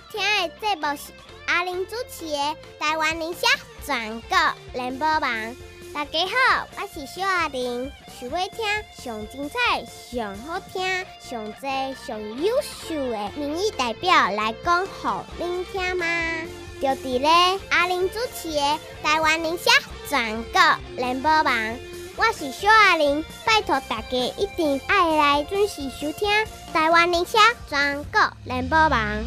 听的节目是阿玲主持的台湾理社全国联播网。大家好，我是小阿玲，想要听上精彩、上好听、上多、上优秀的民意代表来讲给您听吗？就伫咧阿玲主持的台湾理社全国联播网。我是小阿玲，拜托大家一定要来准时收听台湾理社全国联播网。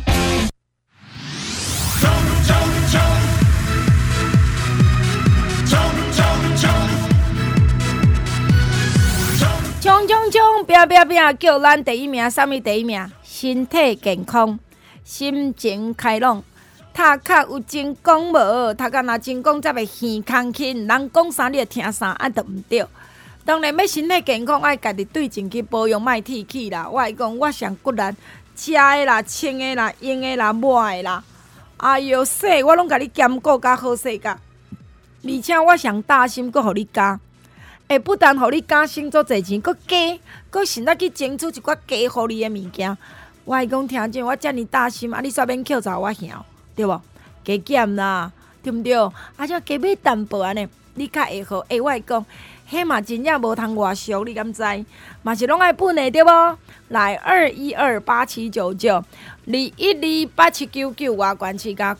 冲冲冲！拼拼拼！叫咱第一名，啥物第一名？身体健康，心情开朗。读壳有真讲无，读壳若真讲才袂耳空轻。人讲啥你就听啥，啊都毋对。当然要身体健康，爱家己对症去保养，莫铁气啦。我会讲，我上骨力，食的啦、穿的啦、用的啦、抹的啦，哎哟，洗我拢甲你兼顾甲好势甲。而且我上大心，阁互你加。会不但互你加省足侪钱，阁加，阁甚至去争取一寡加互你的物件。我会讲听见我遮尔大心，啊，你煞免扣查我兄，对无？加减啦，对毋对？啊，就加买淡薄安尼，你较会好。我会讲，迄嘛真正无通外俗，你敢知？嘛是拢爱本的对无？来2128799，2128799外关市加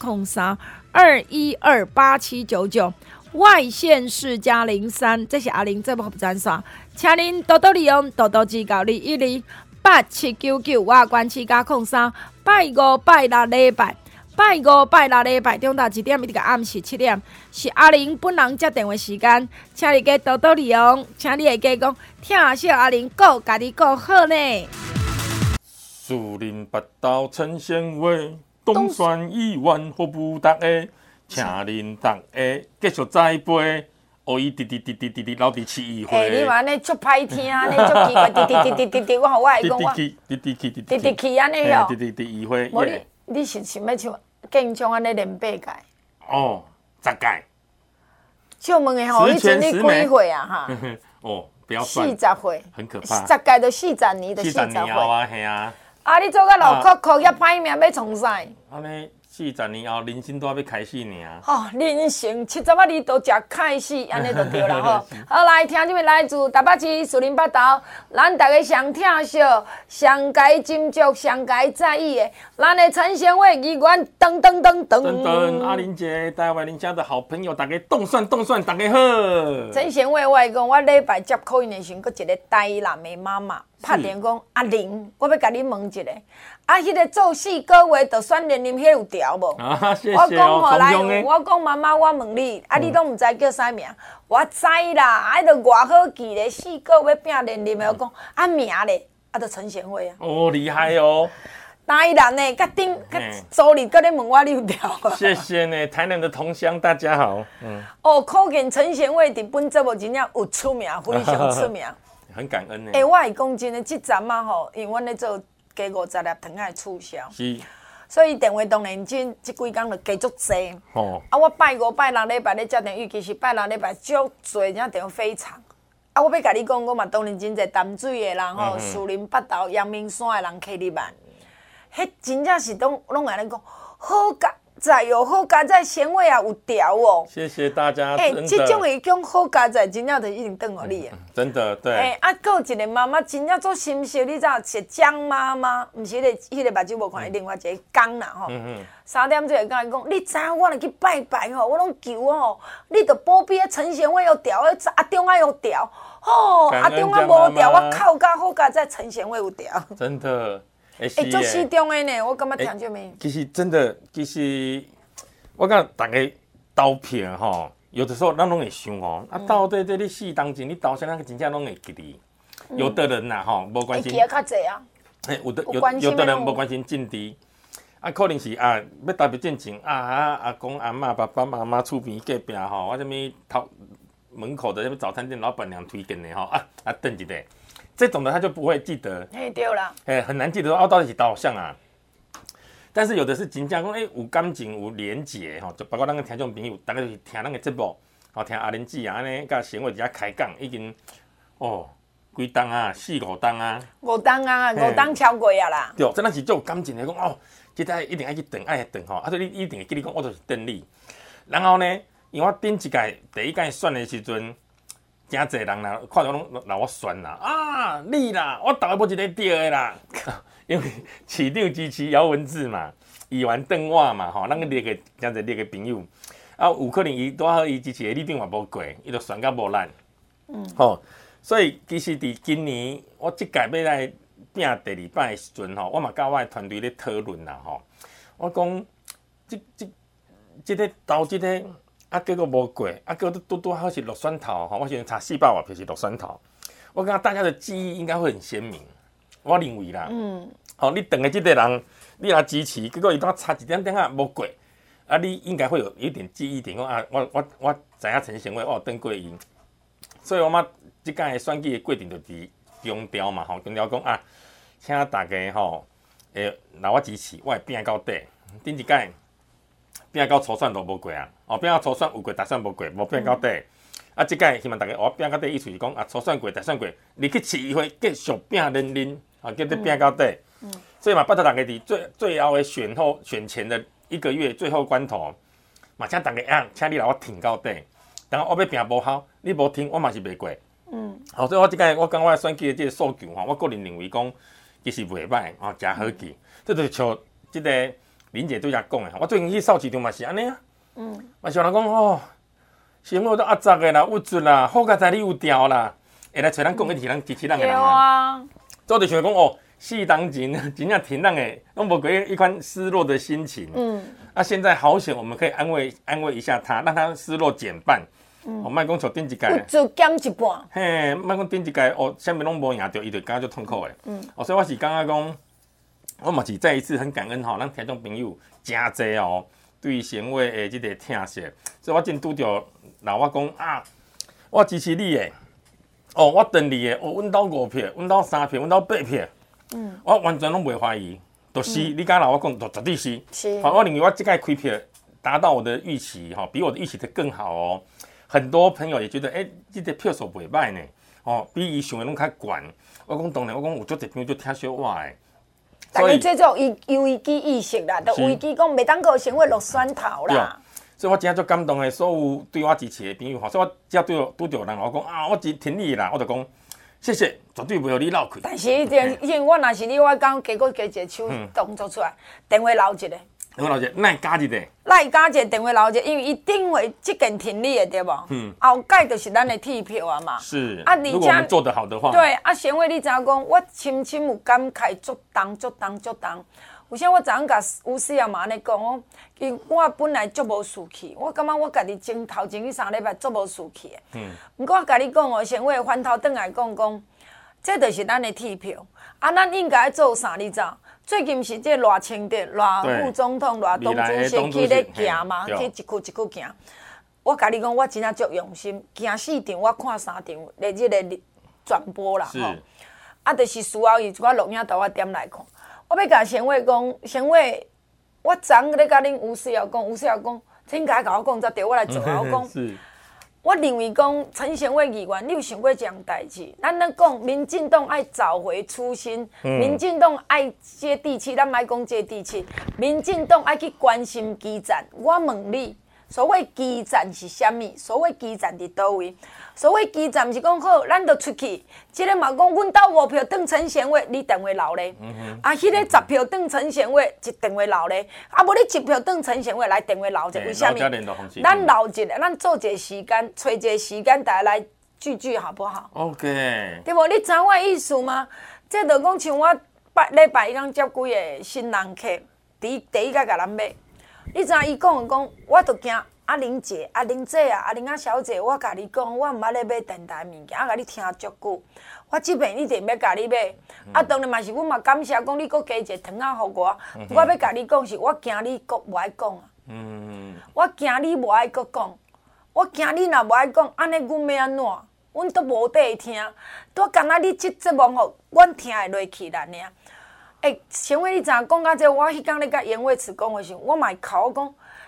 03，2128799。外县市加03，这是阿玲节目专线，请您多多利用，多多指教。2128799外关市加03，拜五拜六礼拜，拜五拜六礼拜中昼1点一直到暗时7点，是阿玲本人接电话时间，请你加多多利用，请你会加讲听小阿玲顾家己顾好呢。 树林八道陈贤伟，东山议员服务大家。请恁大家继续栽培，学伊滴老伫市议会。 你嘛安尼足歹听，安尼足奇怪，滴，我会讲我滴安尼哟。 滴议会。 无你是想要像建昌安尼练8届？ 哦，10届。 就问的吼，你前你几岁啊？哈。 哦，不要算。 40岁。 很可怕。 10届就40年，就40 年后啊，嘿啊。 啊，你做甲老哭也歹命，要创啥？ 安尼。40年后，人生都要开始尔。 哦，人生70仔你都食开始，安尼就对了吼。好，来听这位来自台北市树林北道，咱大家上疼惜、上该斟酌、上该在意的，咱的陈贤伟议员，噔， 阿玲姐，台湾人家的好朋友，大家动算，大家好。 陈贤伟，我讲，我礼拜接口音的时候，佫一个台南的妈妈拍电讲，阿玲，我要甲你问一个。啊，迄个做4个月就选连任，迄有调无？ 啊，谢谢我讲哦， 来， 同样我讲妈妈，我问你，啊，你拢毋知叫啥名？我知啦，啊，著偌好记咧，4个月拼连任的，我讲啊名咧，啊，著陈贤伟啊。 哦，厉害哦！ 台南呢，甲顶甲昨日甲你问我你有调啊？ 谢谢呢，台南的同乡，大家好。 哦，可见陈贤伟伫本节目真正有出名，非常出名。 很感恩呢。 我会讲真的，即阵啊吼，因为阮咧做。加50粒糖仔促销， 是， 所以电话当然即几工就加足济。 哦， 啊，我拜5、拜6礼拜咧接电话，其实拜6礼拜足济，人家电话非常。啊，我要甲你讲，我嘛当然真侪淡水的人吼，树林北道、阳明山的人客入万，迄真正是拢安尼讲，好佳哉哟，好佳哉，贤伟也有调哦。 谢谢大家。 即种的种好佳哉，真正就一定转互你的。 真的对。 啊，还有一个妈妈真正做心惜，你知道是江妈妈，毋是迄个目睭无看，另外一个江啦吼。3点钟会甲伊讲，你知影我来去拜拜吼，我拢求吼，你着保庇陈贤伟有调，阿中啊有调，吼，阿中啊无调，我靠甲好佳哉，陈贤伟有调。 真的。 足适中的呢，我感觉听这面。 其实真的，我感觉大家投票吼，有的时候咱拢会想哦，啊，到底这你4当前你投啥，咱真正拢会记哩。有的人呐吼，无关心。 会记较济啊。 有的人无关心政治，啊，可能是啊，要投票进前啊，阿公阿嬷、爸爸妈妈厝边隔壁吼，我什么头门口的什么早餐店老板娘推荐的吼，等一下。这种的他就不会记得， 对啦， 很难记得说到底是导向啊。但是有的是真正讲，有感情有连结吼，就包括咱个听众朋友，大家就是听咱个节目，听阿玲姐啊安尼，甲贤伟伫遐开讲，已经几档啊，4、5档啊 ，5档啊，5档超过啊啦。 对，真的是足有感情的讲哦，这台一定要去炖，爱去炖吼，所以你一定会记你讲，我就是炖你。然后呢，因为我顶一届第一届选的时阵，真侪人啦，看到拢让我选啦，啊你啦，我投的无一个对的啦，因为市长支持姚文智嘛，议员邓我嘛，吼，咱个列个真侪列个朋友，啊有可能伊拄好伊支持的里长也无过，伊就选到无咱，吼，所以其实伫今年我即届要来拼第2摆的时阵吼，我嘛甲我的团队咧讨论啦吼，我讲即个投即个。啊，结果无过，啊，结果拄好是落选头吼，我现在差400万票是落选头。我感觉大家的记忆应该会很鲜明，我认为啦。好，你等的这个人，你来支持，结果伊当差一点点啊无过，啊，你应该会有一点记忆点，讲啊，我知影陈贤伟，我有等过伊，所以我嘛即届的选举的过程就伫中调嘛吼，中调讲啊，请大家吼，让我支持，我会拼到底。顶一届。拼到初选都无过啊！哦，拼到初选有过，大选无过，无拼到底。啊，即届希望大家我拼到底，意思是讲啊，初选过，大选过，你去市议会继续拼认，啊，叫你拼到底。所以嘛，拜托大家伫最后的选前的1个月最后关头，嘛请大家啊，请你来我挺到底。然后我要拼无效，你无挺，我嘛是袂过。好，所以我即届我感觉选举的这个诉求吼，我个人认为讲其实袂歹，哦，真好记。这就是像即个。林姐对遐讲的，我最近去扫市场嘛是安尼啊，嘛是有人讲哦，生活都压榨的啦，物质啦，好佳在你有调啦，会来找咱讲，一是咱支持咱的人啊。做就想讲哦，4当前真正挺咱的，拢无过一款失落的心情。啊，现在好险，我们可以安慰一下他，让他失落减半。哦，莫讲像顶一届， 就减一半。 嘿，莫讲顶一届哦，啥物拢无赢着，伊就感觉足痛苦的。哦，所以我是感觉讲。我嘛是再一次很感恩吼，咱听众朋友真侪哦，对贤伟的这个听惜，所以我真拄着，然后我讲啊，我支持你的，哦，我等你的，哦，阮兜5票，阮兜3票，阮兜8票，我完全拢袂怀疑，就是你敢若我讲，就绝对是。我认为我这届开票达到我的预期，哈，比我的预期的更好哦。很多朋友也觉得，这个票数袂歹呢，哦，比伊想的拢较悬。我讲当然，我讲有足一票就听小我的。 大家这种有危机意识啦，就危机讲袂当个先会落选头啦。 所以我真足感动的，所有对我支持的朋友，所以我只要拄着人，我讲啊，我挺你啦，我就讲谢谢，绝对袂互你闹开。 但是因为我若是你，我讲加一个手动作出来，电话留一个。 电话留一个，咱加一个。 咱加一个电话留一个，因为伊定位即件挺你的对无？后届就是咱的铁票啊嘛。 是。啊，如果我们做得好的话。 对啊，贤伟，你知影讲，我深深有感慨，足重。有啥我昨昏甲吴思瑶嘛安尼讲，我本来足无士气，我感觉我家己头前3礼拜足无士气的。毋过我甲你讲哦，贤伟翻头转来讲，这就是咱的铁票。啊，咱应该做啥？你知？最近是这赖清德、赖副总统、赖党主席去咧行嘛，去一区行。我甲你讲，我真正足用心，行4场，我看3场的这个转播啦，吼。啊，就是事后伊一寡录影带我点来看。我要甲贤伟讲，贤伟，我昨咧甲恁吴思瑶讲，请甲我讲才对，我来做啊。我讲，我认为讲陈贤伟议员，你有想过这样代志？咱讲民进党爱找回初心，民进党爱接地气，咱莫讲接地气，民进党爱去关心基层。我问你，所谓基层是啥物？所谓基层伫倒位？所谓基层是讲好，咱就出去。即个嘛讲，阮斗5票当陈贤伟，你电话留咧。迄个10票当陈贤伟，一电话留咧。无你1票当陈贤伟来电话留者，为虾米？咱留一个，咱做一个时间，找一个时间，大家来聚好不好 ？OK。 对无？你知我意思吗？这就讲像我礼拜一刚接几个新人客，第一个甲咱买。你知伊讲，我就惊。阿玲姐、阿玲姐啊、阿玲啊小姐，我甲你讲，我毋捌咧买电台物件，我甲你听足久。我即边一定要甲你买。当然嘛是，阮嘛感谢讲你搁加一个糖仔互我。我要甲你讲是，我惊你搁无爱讲啊。我惊你无爱搁讲，我惊你若无爱讲，安尼阮要安怎？阮都无底听，拄干那你即节目吼，阮听会落去啦尔。贤伟，你知影讲到这，我迄天咧甲严伟慈讲的时候，我嘛会哭讲。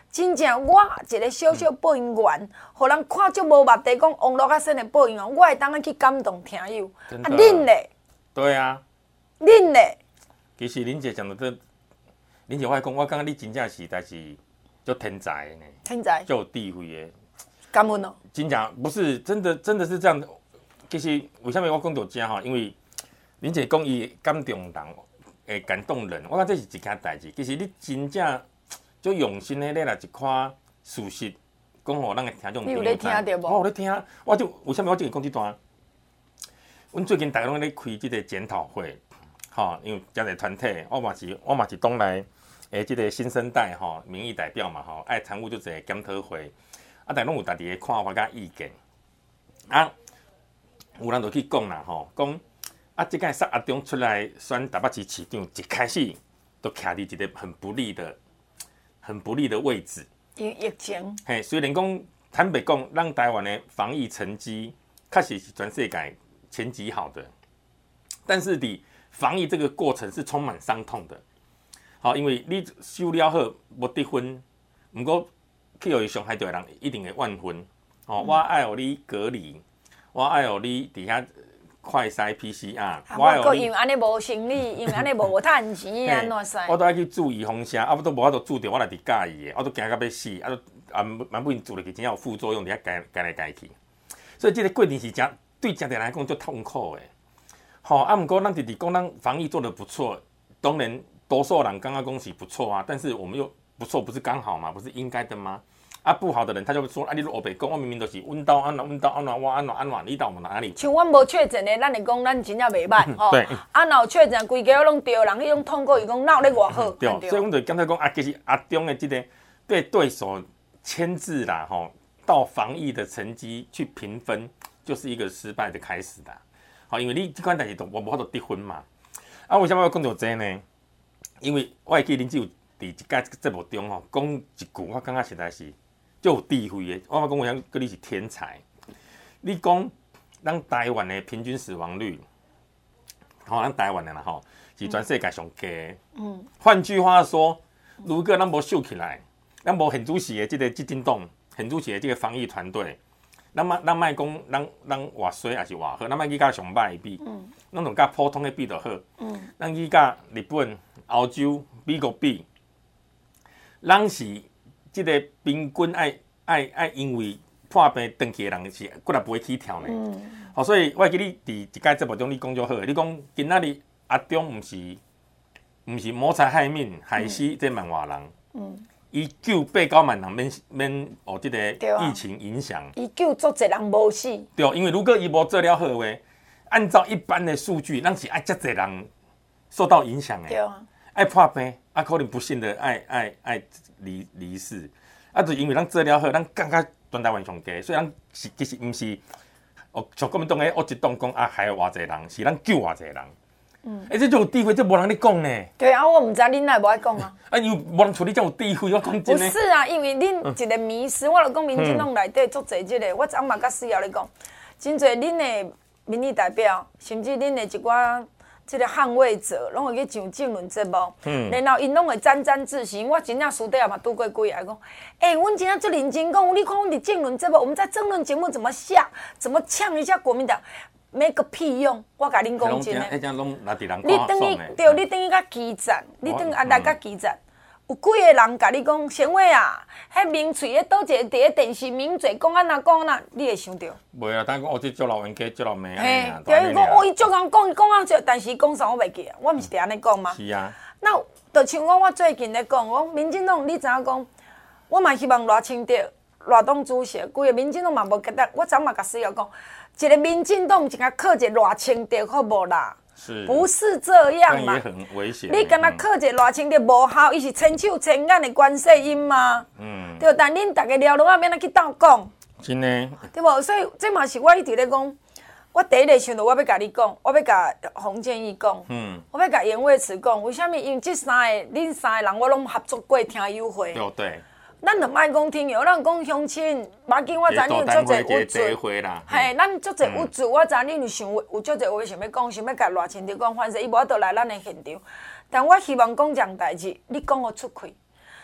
真正我一个小小播音员，互人看足无目地，讲网络较新的播音员，我会当去感动听友。啊，恁咧？ 对啊。 恁咧？ 其实林姐讲的这，林姐我讲，我感觉你真正是，但是就天才呢， 天才， 就有智慧的。 感恩哦。 真正不是真的是这样的。其实为什么我讲到这哈？因为林姐讲伊感动人，会感动人，我感觉这是一件代志。其实你真正就用心的咧来一看事实，讲互咱的听众朋友知。 你有咧听着无？ 我有咧听，我就为什么我就讲这段？阮最近大家拢咧开这个检讨会。吼，因为遮个团体，我嘛是党内即个新生代吼民意代表嘛吼，爱参与就一个检讨会，啊，但拢有家己的看法甲意见，啊，有人就去讲啦吼，讲啊，即个杀阿中出来选台北市市长，一开始都徛伫一个很不利的位置， 因疫情， 嘿，虽然讲坦白讲，咱台湾的防疫成绩确实是全世界前几好的，但是防疫这个过程是充满伤痛的，好，因为你收了好无得分，不过去互伊伤害到的人一定会怨恨。哦，我爱互你隔离，我爱互你伫遐快筛 PCR， 我个因安尼无生理，因安尼无趁钱，安怎使？ 我都爱去注意风声，啊，我都无法度注定我来伫介意的，我都惊到要死，啊，都蛮不容易做落去，真正有副作用，伫遐改来改去，所以这个过程是真对真侪人来讲足痛苦的。好啊，不过咱直直讲，咱防疫做得不错，当然多数人刚刚讲是不错啊，但是我们又不错，不是刚好吗？不是应该的吗？啊，不好的人他就说，啊，你黑白讲，我明明就是阮兜安怎，我安怎，你到哪里？ 像阮无确诊的，咱会讲咱真正袂歹吼。 对。 啊，若有确诊，规家拢对，人迄种痛苦，伊讲哪有咧偌好？ 对，所以阮就刚才讲啊，其实阿中的这个被对手牵制啦，吼，到防疫的成绩去评分，就是一个失败的开始啦。好，因为你这款代志都无法度得分嘛。啊，为什么要讲到这呢？因为我会记林志有伫一届节目中吼讲一句，我感觉实在是足有智慧的。我讲我想跟你是天才。你讲咱台湾的平均死亡率，吼，咱台湾的啦吼，是全世界上低的。换句话说，如果咱无秀起来，咱无现主席的这个执政党，现主席的这个防疫团队。咱莫讲，咱偌衰还是偌好，咱莫去甲上歹的比，咱同甲普通的比就好。咱去甲日本、欧洲、美国比，咱是即个平均爱因为破病登记的人是骨力不会起跳呢。所以我记你伫一届节目中你讲就好，你讲今仔日阿中毋是谋财害命，害死这万外人。伊救8-9万人免哦，这个疫情影响。 伊救足侪人无死。 对，因为如果伊无做了好话，按照一般的数据，咱是爱遮侪人受到影响的。 对啊。 爱破病，啊，可能不幸的爱离世，啊，就因为咱做了好，咱感觉全台湾上低，所以咱其实毋是哦，像国民党的恶一党讲啊，害偌济人，是咱救偌济人。这就有智慧，这无人咧讲呢。 对啊，我唔知恁奈无爱讲啊。 啊，因为无人像你这有智慧，我讲真的。 不是啊，因为恁一个迷失，我就讲民进党内底足侪即个，我昨嘛甲思瑶咧讲，真侪恁的民意代表，甚至恁的一寡即个捍卫者，拢会去上政论节目，然后因拢会沾沾自喜。我真正私底下嘛拄过几个讲，阮真正最认真讲，你看阮伫政论节目，我们在政论节目怎么下，怎么呛一下国民党。没个屁用！我甲恁讲真诶，你等于对，你等于甲基站，你等于来甲基站，有几个人甲你讲，贤惠啊，迄名嘴迄倒一个伫咧电视名嘴讲安那讲安那，你会想着？ 袂啊，等讲我这足老冤家足老妹安尼啊。对，伊讲伊足人讲啊，但是伊讲啥我袂记啊，我毋是伫安尼讲吗？ 是啊。 那就像我最近咧讲，我民进党你知影讲，我嘛希望赖清德、赖党主席，规个民进党嘛无觉得，我昨嘛甲思瑶讲。一个民进党，一个靠一个赖清德，好无啦？ 是， 不是这样嘛？ 也很危险。 你敢若靠一个赖清德无效，伊是千手千眼的观世音吗？对，但恁大家了拢啊，免去斗讲。 真的。 对无？所以这嘛是我一直咧讲，我第一个想到我要甲你讲，我要甲洪建义讲，我要甲严卫慈讲，为虾米？因为这恁三个人我拢合作过听友会。 对。 咱就莫讲听友，咱讲乡亲，马紧我知恁有足侪有罪，嘿，咱足侪有罪，我知恁有想有足侪话想要讲，想要甲赖清德讲反正伊无法度来咱的现场，但我希望讲一件代志，你讲互出去，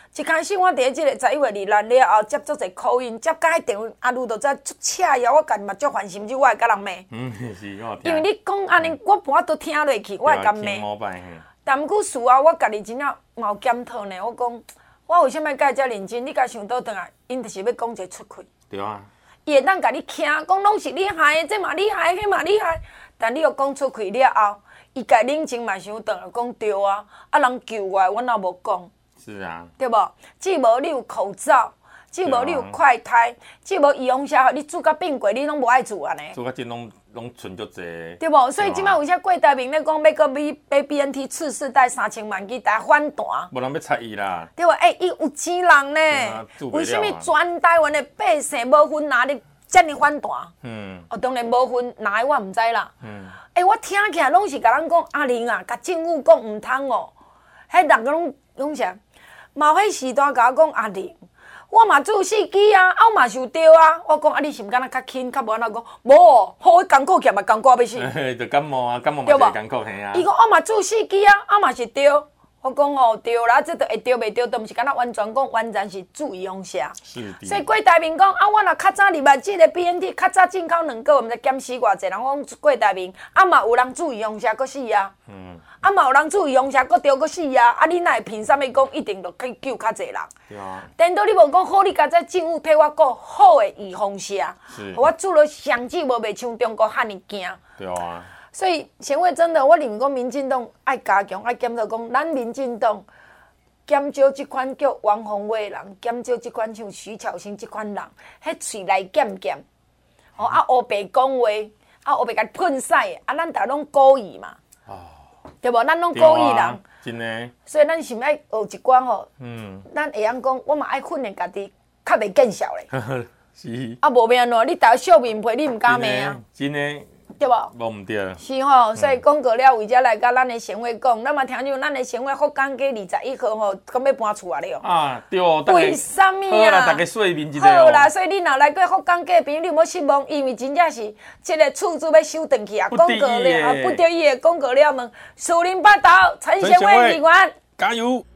一开始我伫即个11月26了后接足侪口音，接到迄电话，阿如就知足赤腰，我家己嘛足烦心，就我会甲人骂。 是，我因为你讲安尼，我盘都听落去，我会甲骂。但毋过事后我家己真正嘛有检讨呢。我讲，我为什么甲伊遮认真？你甲想倒转来，因就是要讲一个出气。 对啊。 伊会当甲你听，讲拢是你害的，这嘛你害，迄嘛你害。但你又讲出去了后，伊家冷静嘛想倒来讲对啊，啊人救我，我哪无讲？ 是啊。对无？只无你有口罩，只无你有快筛，只无医用车，你住甲变过，你拢无爱住安尼。 住甲真拢存足济。 对无？所以即摆为啥郭台铭咧讲要搁买 BNT 次世代3000万剂，大家反弹？ 无人要插伊啦。 对无？伊有钱人呢？为什么全台湾的百姓无分哪里遮尔反弹？当然无分哪个我毋知啦。我听起来拢是甲咱讲阿玲啊，甲政府讲毋通哦。迄人拢讲啥？嘛迄时代甲我讲阿玲。我嘛注4支啊，我嘛是有对啊。我讲啊，你是毋敢若较轻，较无安怎讲？无，好，伊艰苦起来嘛艰苦要死。 就感冒啊，感冒嘛是艰苦嘿啊。 伊讲我嘛注4支啊，我嘛是对。我讲哦对啦，这都会对袂对，都毋是敢若完全讲完全是注意用下。 是的。 所以郭台铭讲啊，我若较早入来即个 BNT， 较早进口2个月，毋知减死偌济人。我讲郭台铭，啊嘛有人注意用下，搁死啊。啊嘛有人注意用下，搁着搁死啊。啊你哪会凭啥物讲一定就可以救较济人？ 对啊。 等到你无讲好，你家在政府替我讲好的预防下，我做了相机无袂像中国遐尼惊。 对啊。所以，贤惠真的，我认为讲民进党爱加强，爱检讨讲，咱民进党减少即款叫王宏伟的人，减少即款像徐巧芯即款人，迄喙来咸，黑白讲话，黑白甲喷屎，咱大拢故意嘛，对无？咱拢故意人， 真诶。 所以咱是毋爱学一寡吼，咱会晓讲，我嘛爱训练家己，较袂见笑咧。 是。 无变安怎？你逐笑面皮，你毋敢骂啊？ 真诶。 对无？ 无毋对。 是吼，所以讲过了，为遮来甲咱的贤惠讲，咱嘛听讲咱的贤惠福冈街21号吼，讲要搬厝啊了。 啊，对。 为什么啊？ 好啦，大家睡眠一下。 好啦，所以你若来过福冈街边，你莫失望，因为真正是这个厝主要收转去啊。讲过了，不得已的讲过了问，树林八岛陈贤惠议员， 加油！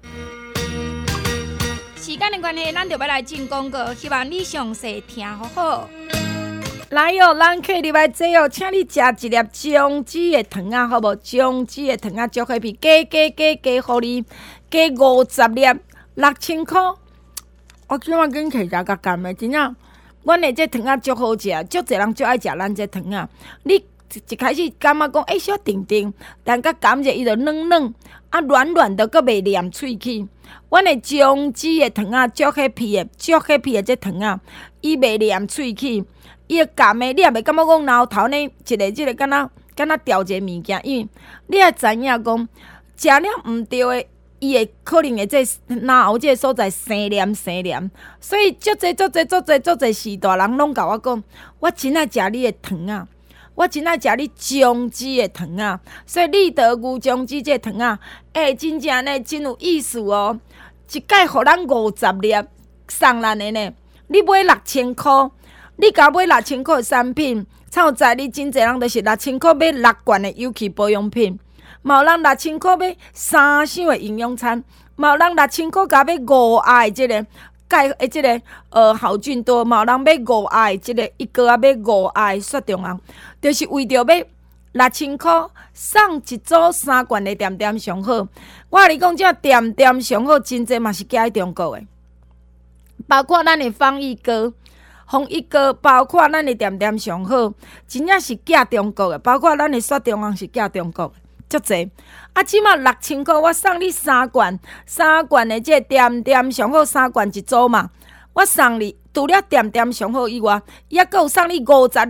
时间的关系，咱就要来进广告，希望你详细听好好。 来哦，咱客入来坐哦，请你食一粒姜子的糖啊，好无？姜子的糖啊，足开皮，加，互你加50粒，6000块。我今仔紧摕一个甘的，真正，阮的这糖啊足好食，足侪人足爱食咱这糖啊。你一开始感觉讲，小定定，但甲甘者伊就软啊软的，阁袂黏喙齿。阮的姜子的糖啊，足黑皮的这糖啊，伊袂黏喙齿。伊个甘的，你也袂感觉讲挠头呢，一个即个敢若掉一个物件，因为你也知影讲，食了毋对的，伊会可能会这脑后即个所在生黏，所以足侪时大人拢甲我讲，我真爱食你的糖啊，我真爱食你姜子的糖啊，所以立德牛姜子这糖啊，真正呢真有意思哦，一届互咱50粒送咱的呢，你买6000块。你甲买6000块的产品，草在你真侪人就是6000块买6罐的有机保养品，嘛有人6000块买3箱的营养餐，嘛有人6000块甲买5盒的即个钙的即个好菌多，嘛有人买5盒的即个1个买5盒的雪中红，就是为着要6000块送一组3罐的点点上好。我甲你讲，这点点上好，真侪嘛是寄喺中国的，包括咱的防疫膏。防疫膏包括咱的点点上好，真正是寄中国的，包括咱的雪中红是寄中国的，足济。啊，即马6000块，我送你3罐的这点点上好3罐一组嘛。我送你除了点点上好以外，还佫有送你50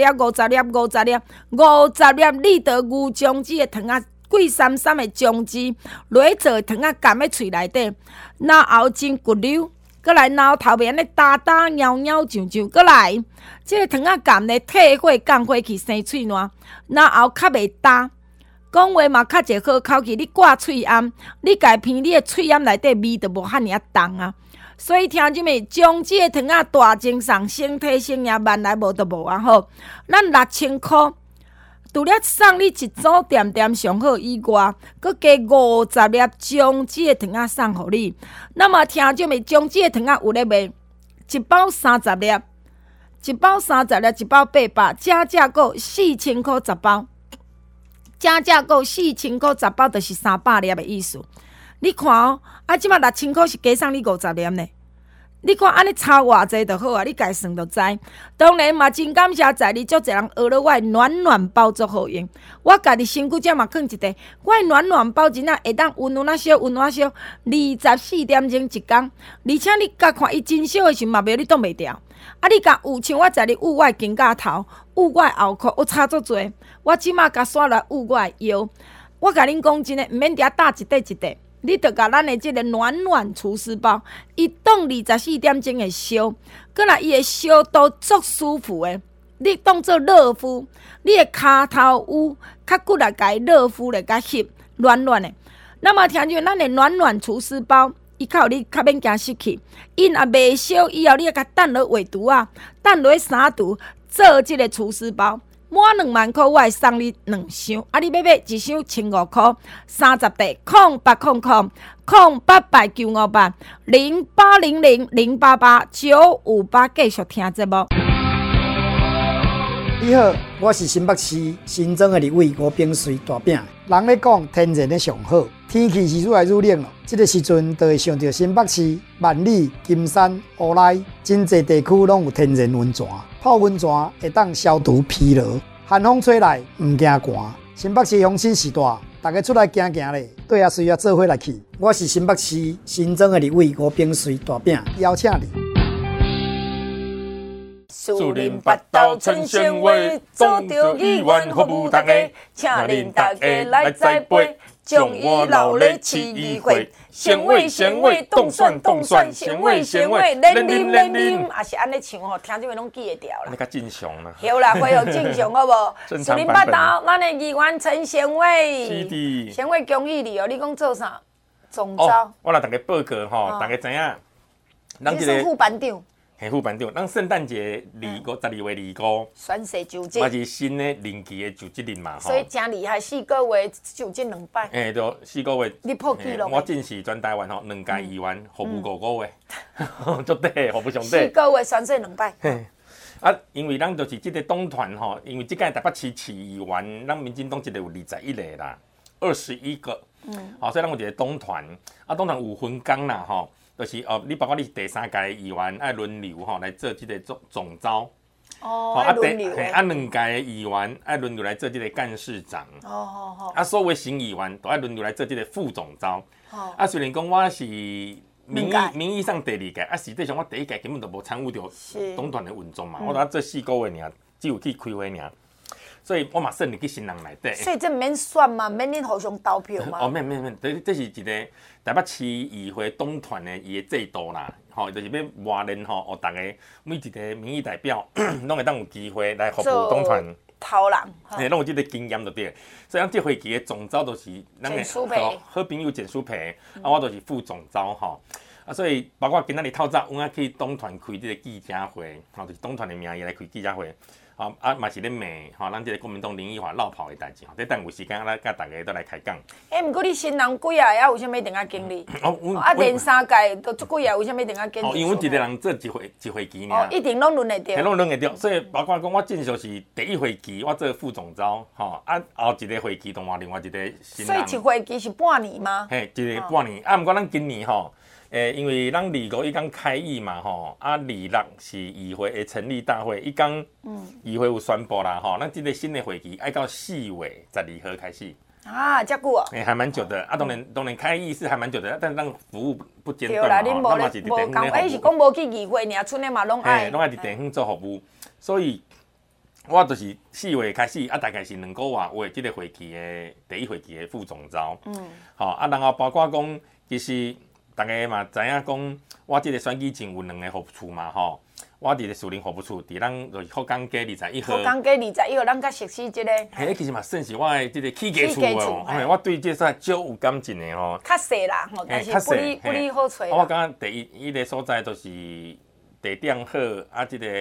粒立德牛姜子的糖啊，贵33的姜子，落去做的糖啊，含在喙内底，然后真骨溜。搁来挠头面咧打咬上，搁来，这个糖啊含咧退火降火气生喙烂，然后较袂焦，讲话嘛较一好口气。你挂喙暗，你家鼻你的喙暗内底味就无遐尔啊重啊。所以听即么姜子的糖啊大精送，身体生也万来无就无啊好。咱6000块除了送你一组点点上好以外，佮加50粒姜子的糖仔送互你。那么听众们，姜子的糖仔有咧卖，一包30粒，一包30粒，一包800，加价够4000块10包，加价够4000块10包，就是300粒的意思。你看哦，即马6000块是加送你50粒呢。你看安尼差偌济就好啊！你家算就知。当然嘛，真感谢在你足侪人学了我的暖暖包足好用。我家己身躯只嘛放一袋，我的暖暖包真正会当温暖小，温暖小，24点钟一工。而且你甲看伊真小的时候嘛，袂你挡袂掉。你甲有像我在你捂我肩胛头、捂我后裤，我差足侪。我即马甲刷来捂我腰。我甲恁讲真诶，毋免伫遐搭一袋一袋。你着甲咱的即个暖暖除湿包，伊冻24点钟会烧，搁来伊会烧到足舒服的。你当做热敷，你的骹头有较骨来甲伊热敷来甲翕暖暖的。那么听住咱的暖暖除湿包，伊较互你较免惊湿气。伊若袂烧以后，你要甲等落画图啊，等落3图做即个除湿包。满2万块，我会送你2箱。你要买一箱1500块，30袋0800-088958 0800-088-958，继续听节目。 你好，我是新北市新庄的立委吴炳瑞大饼。人咧讲天然的上好，天气是愈来愈冷咯。这个时阵，就会想到新北市万里、金山、乌来，真侪地区拢有天然温泉。泡温泉会当消毒疲劳，寒风吹来唔惊寒。新北市乡亲时代，大家出来行行咧，对啊，需要做伙来去。我是新北市新庄的立委吴炳瑞大饼，邀请你。 树林八斗春鲜味，做着议员服务大家，请恁大家来栽培，种伊留咧市议会。鲜味鲜味，冻蒜冻蒜，鲜味鲜味，连啉连啉，也是安尼唱吼，听众们拢记会掉啦。 你较正常啦。 好啦，恢复正常好无？树林八斗，咱的议员陈贤伟， 是的。 贤伟恭喜你哦！你讲做啥？总召。 我来大家报告吼，大家知影。 你是副班长。 系副班长，咱圣诞节12月25， 宣誓就职， 嘛是新的任期的就职日嘛， 所以真厉害，4个月就职2摆。 对，4个月。 你破纪录。 我正是全台湾2届议员服务5个月，足短，服务上短。 4个月宣誓2摆。 因为咱就是这个党团吼，因为这届台北市议员，咱民进党一个有21个啦，21个，所以咱有一个党团，党团有分工啦吼。就是你包括你第3届议员爱轮流吼来做这个总召， 爱轮流。 2届议员爱轮流来做这个干事长，所有新议员都爱轮流来做这个副总召。虽然讲我是名义上第2届，实际上我第1届根本就无参与到党团的运作嘛，我都做4个月尔，只有去开会尔。所以我嘛算入去新人内底。 所以这免选嘛，免恁互相投票嘛。 免，这是一个台北市议会党团的伊的制度啦。就是要磨练互大家每一个民意代表，拢会当有机会来服务党团。 头人， 拢有这个经验就对。所以咱这会期的总召都是咱的好朋友简书培，我就是副总召吼。所以包括今仔日透早，我去党团开这个记者会，就是党团的名义来开记者会。嘛是咧骂咱这个国民党林奕华落跑的代志，这等有时间来甲大家都来开讲。 毋过你新人几啊？有啥物定啊经历？连3届都足几啊？有啥物定啊经历？ 因为阮一个人做一会期尔。 一定拢轮会着。 拢轮会着，所以包括讲我正常是第1会期我做副总召，后一个会期同另外一个新人。 所以一会期是半年吗？ 一个半年。毋过咱今年吼。因为咱25伊刚开议嘛吼，26是议会的成立大会，伊刚议会有宣布啦吼，咱这个新的会期爱到4月12号开始。 遮久哦。 还蛮久的当然开议是还蛮久的，但是咱服务不间断对啦，恁无讲，是讲无去议会尔，村里嘛拢爱。 拢爱伫地方做服务，所以我就是4月开始，大概是2个月为这个会期的第1会期的副总召。然后包括讲其实。大家嘛知影讲，我即个选举前有2个服务处嘛吼，我伫个树林服务处，伫咱就是福冈街21号。 福冈街21号，咱较熟悉即个。 其实嘛算是我的即个起家厝哦，我对这煞少有感情的吼。 较细啦，但是不离好找。 我感觉第一个所在就是地点好，即个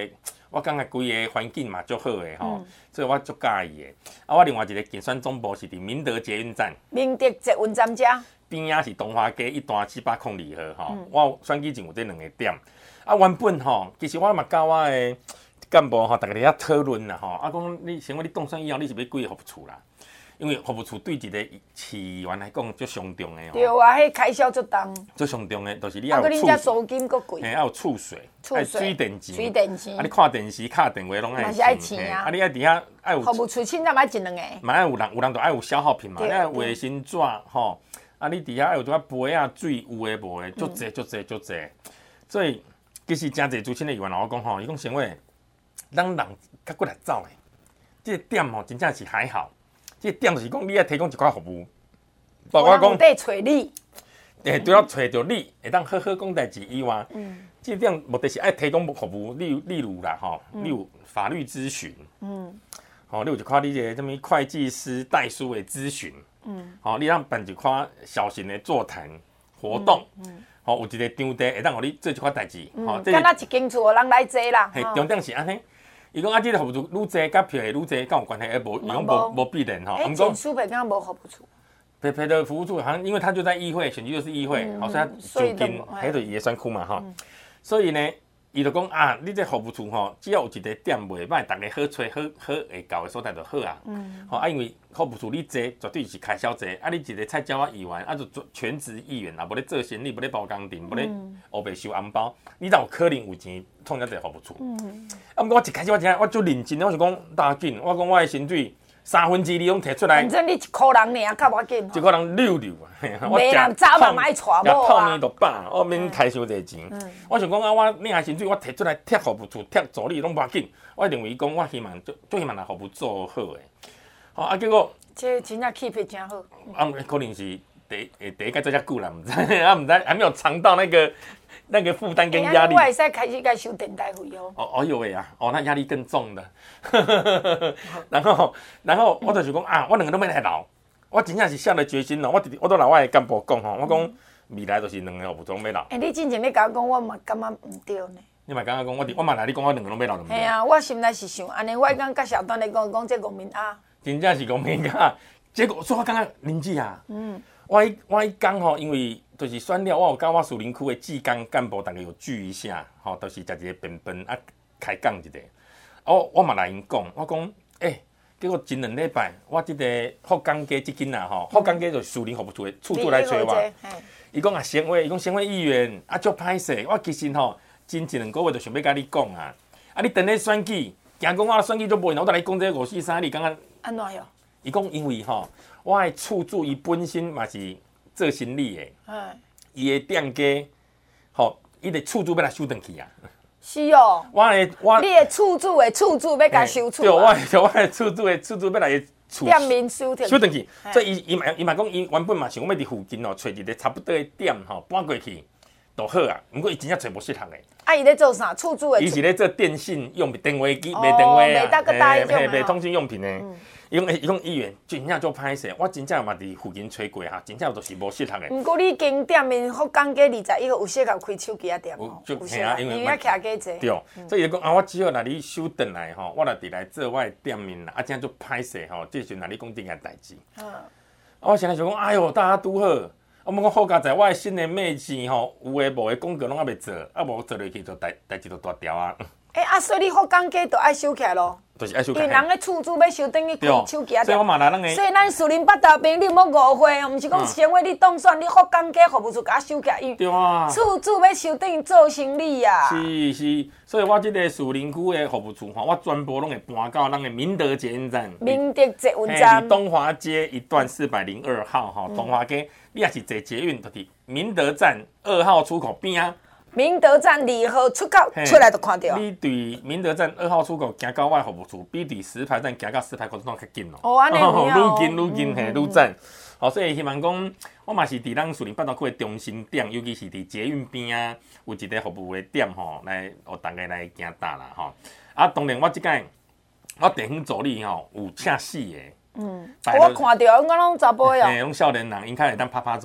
我感觉规个环境嘛足好的吼，所以我足介意的。啊，我另外一个竞选总部是伫明德捷运站。 明德捷运站遮边仔是东华街1段70002号吼，我选举前有这2个点。啊，原本吼，其实我嘛甲我的干部吼，大家咧讨论啦吼，啊讲你想讲你当选以后，你是要几个服务处啦？因为服务处对一个市员来讲，足上重的吼。 对啊，迄开销足重。 足上重的，就是你要有有厝租金佫贵。 嘿，要有厝水， 水、 水电钱。 水电钱。 啊，你看电视、敲电话拢爱钱啊。啊，你爱伫遐爱有。 服务处凊彩买1、2个。 嘛爱有人就爱有消耗品嘛，你爱卫生纸吼。啊，你底下有种杯啊、水有诶无诶，足济，所以其实真侪资深诶议员我讲吼，伊讲成话，咱人较过来走诶，这个点吼真正是还好，这个点就是讲你爱提供一寡服务，包括讲得找你， 对了找着你，会当好好讲代志以外，这个点目的是爱提供服务，例如啦吼，例如法律咨询，吼，你有一寡你个什么会计师代书诶咨询。好，你让办一款小型的座谈活动，好，有一个场地会当互你做一款代志， 好，敢若一间厝人来坐啦。 嘿，重点是安尼，伊讲这个服务处愈济，甲票会愈济，敢有关系？无，伊讲无必然吼。 检署袂敢无服务处。 陪的服务处好像，因为他就在议会，选举就是议会，好，所以他就近，迄就伊的选区嘛吼。所以呢，伊就讲啊，你这服务处吼，只要有一个点袂歹，大家好找好会到的所在就好啊。吼啊，因为服务处你坐绝对是开销坐，啊，你一个菜鸟议员，啊，就全职议员，啊，无咧做生意，无咧包工程，无咧黑白收红包，你才有可能有钱创一个服务处。啊，毋过我一开始我就认真，我是讲大紧，我讲我的薪水2/3拢摕出来。 反正你1个人尔，较无紧。 一个人溜， 没人早晚买带某啊。 泡面就饱，我免开伤侪钱。我想讲啊，我领薪水，我摕出来贴服务处、贴助理拢无要紧。我认为讲，我希望最希望来服务做好诶。好啊，结果这真正气氛真好。 啊，可能是第一个做遮久啦，唔知啊，唔知还没有尝到那个负担跟压力。 我会使开始该收电台费哦。 哦哟喂啊，那压力更重的。然后我就是讲啊，我2个都要来留，我真正是下了决心咯。我都老我的干部讲吼，我讲未来就是2个服务处要留。 你之前咧甲我讲，我嘛感觉唔对呢。 你嘛感觉讲我嘛来你讲我2个拢要留， 系啊，我心内是想安尼，我刚甲小段咧讲这国民啊。 真正是国民啊，结果所以我感觉林志啊，我一讲吼，因为就是选了，我有甲我树林区的志工干部大家有聚一下，吼，都是食一个便饭啊，开讲一下。我嘛来因讲，我讲，结果前2礼拜，我这个福冈街这间啊，吼，福冈街就是树林服务处的处处来找我，伊讲啊，伊讲省委议员啊，足歹势，我其实吼，前1、2个月就想要甲你讲啊，啊，你等咧选举，惊讲我选举足无用，我甲你讲这个5、4、3，你感觉安怎哟？ 伊讲因为吼，我的厝主伊本身嘛是做生意的，伊的店家，吼，伊的厝主要来收转去啊。 是哦，你的厝主要甲收厝啊？对，我的厝主要来厝店面收转去，所以伊嘛讲，伊原本嘛想要伫附近哦，找一个差不多的店吼搬过去就好啊。毋过伊真正找无适合的。 啊，伊咧做啥？厝主的？ 伊是咧做电信用品、电话机、卖电话啊，卖通讯用品的。伊讲议员真正做歹势，我真正嘛伫附近找过哈，真正就是无适合的。 毋过你经店面福冈街21号有适合开手机啊店哦， 有适合，因为遐徛几济。 对，所以伊讲啊，我只好来你收转来吼，我来伫来做我的店面啦，啊，真做歹势吼，即阵来你讲这件代志。我现在想讲，哎哟，大家拄好，我讲好佳在，我的新的妹子吼，有诶无诶广告拢还袂做，啊无做落去就代志就大条啊。 所以你福冈街就爱收起来咯。 就是爱收起来。 因为人个厝主要收等于开手机啊。 所以我嘛来咱个。 所以咱树林北投朋友要误会，毋是讲先为你当选，你福冈街服务处甲我收起来，因为厝主要收等于做生意啊。 是，所以我即个树林区的服务处吼，我全部拢会搬到咱个明德捷运站。 明德捷运站。 东华街1段402号吼，东华街，你也是坐捷运，就是明德站2号出口边啊。 明德站2号出口出来就看到。 你对明德站2号出口行到我服务处，比对石牌站行到石牌口站较近咯。 哦，安尼愈近嘿，愈赞。所以希望讲，我嘛是伫咱树林北投区的中心点，尤其是伫捷运边啊，有一个服务的点吼，来互大家来行搭啦吼。啊，当然我即摆我地方助理吼有请4个。 我看到，我拢查甫哦。 拢少年人，因较会当拍照。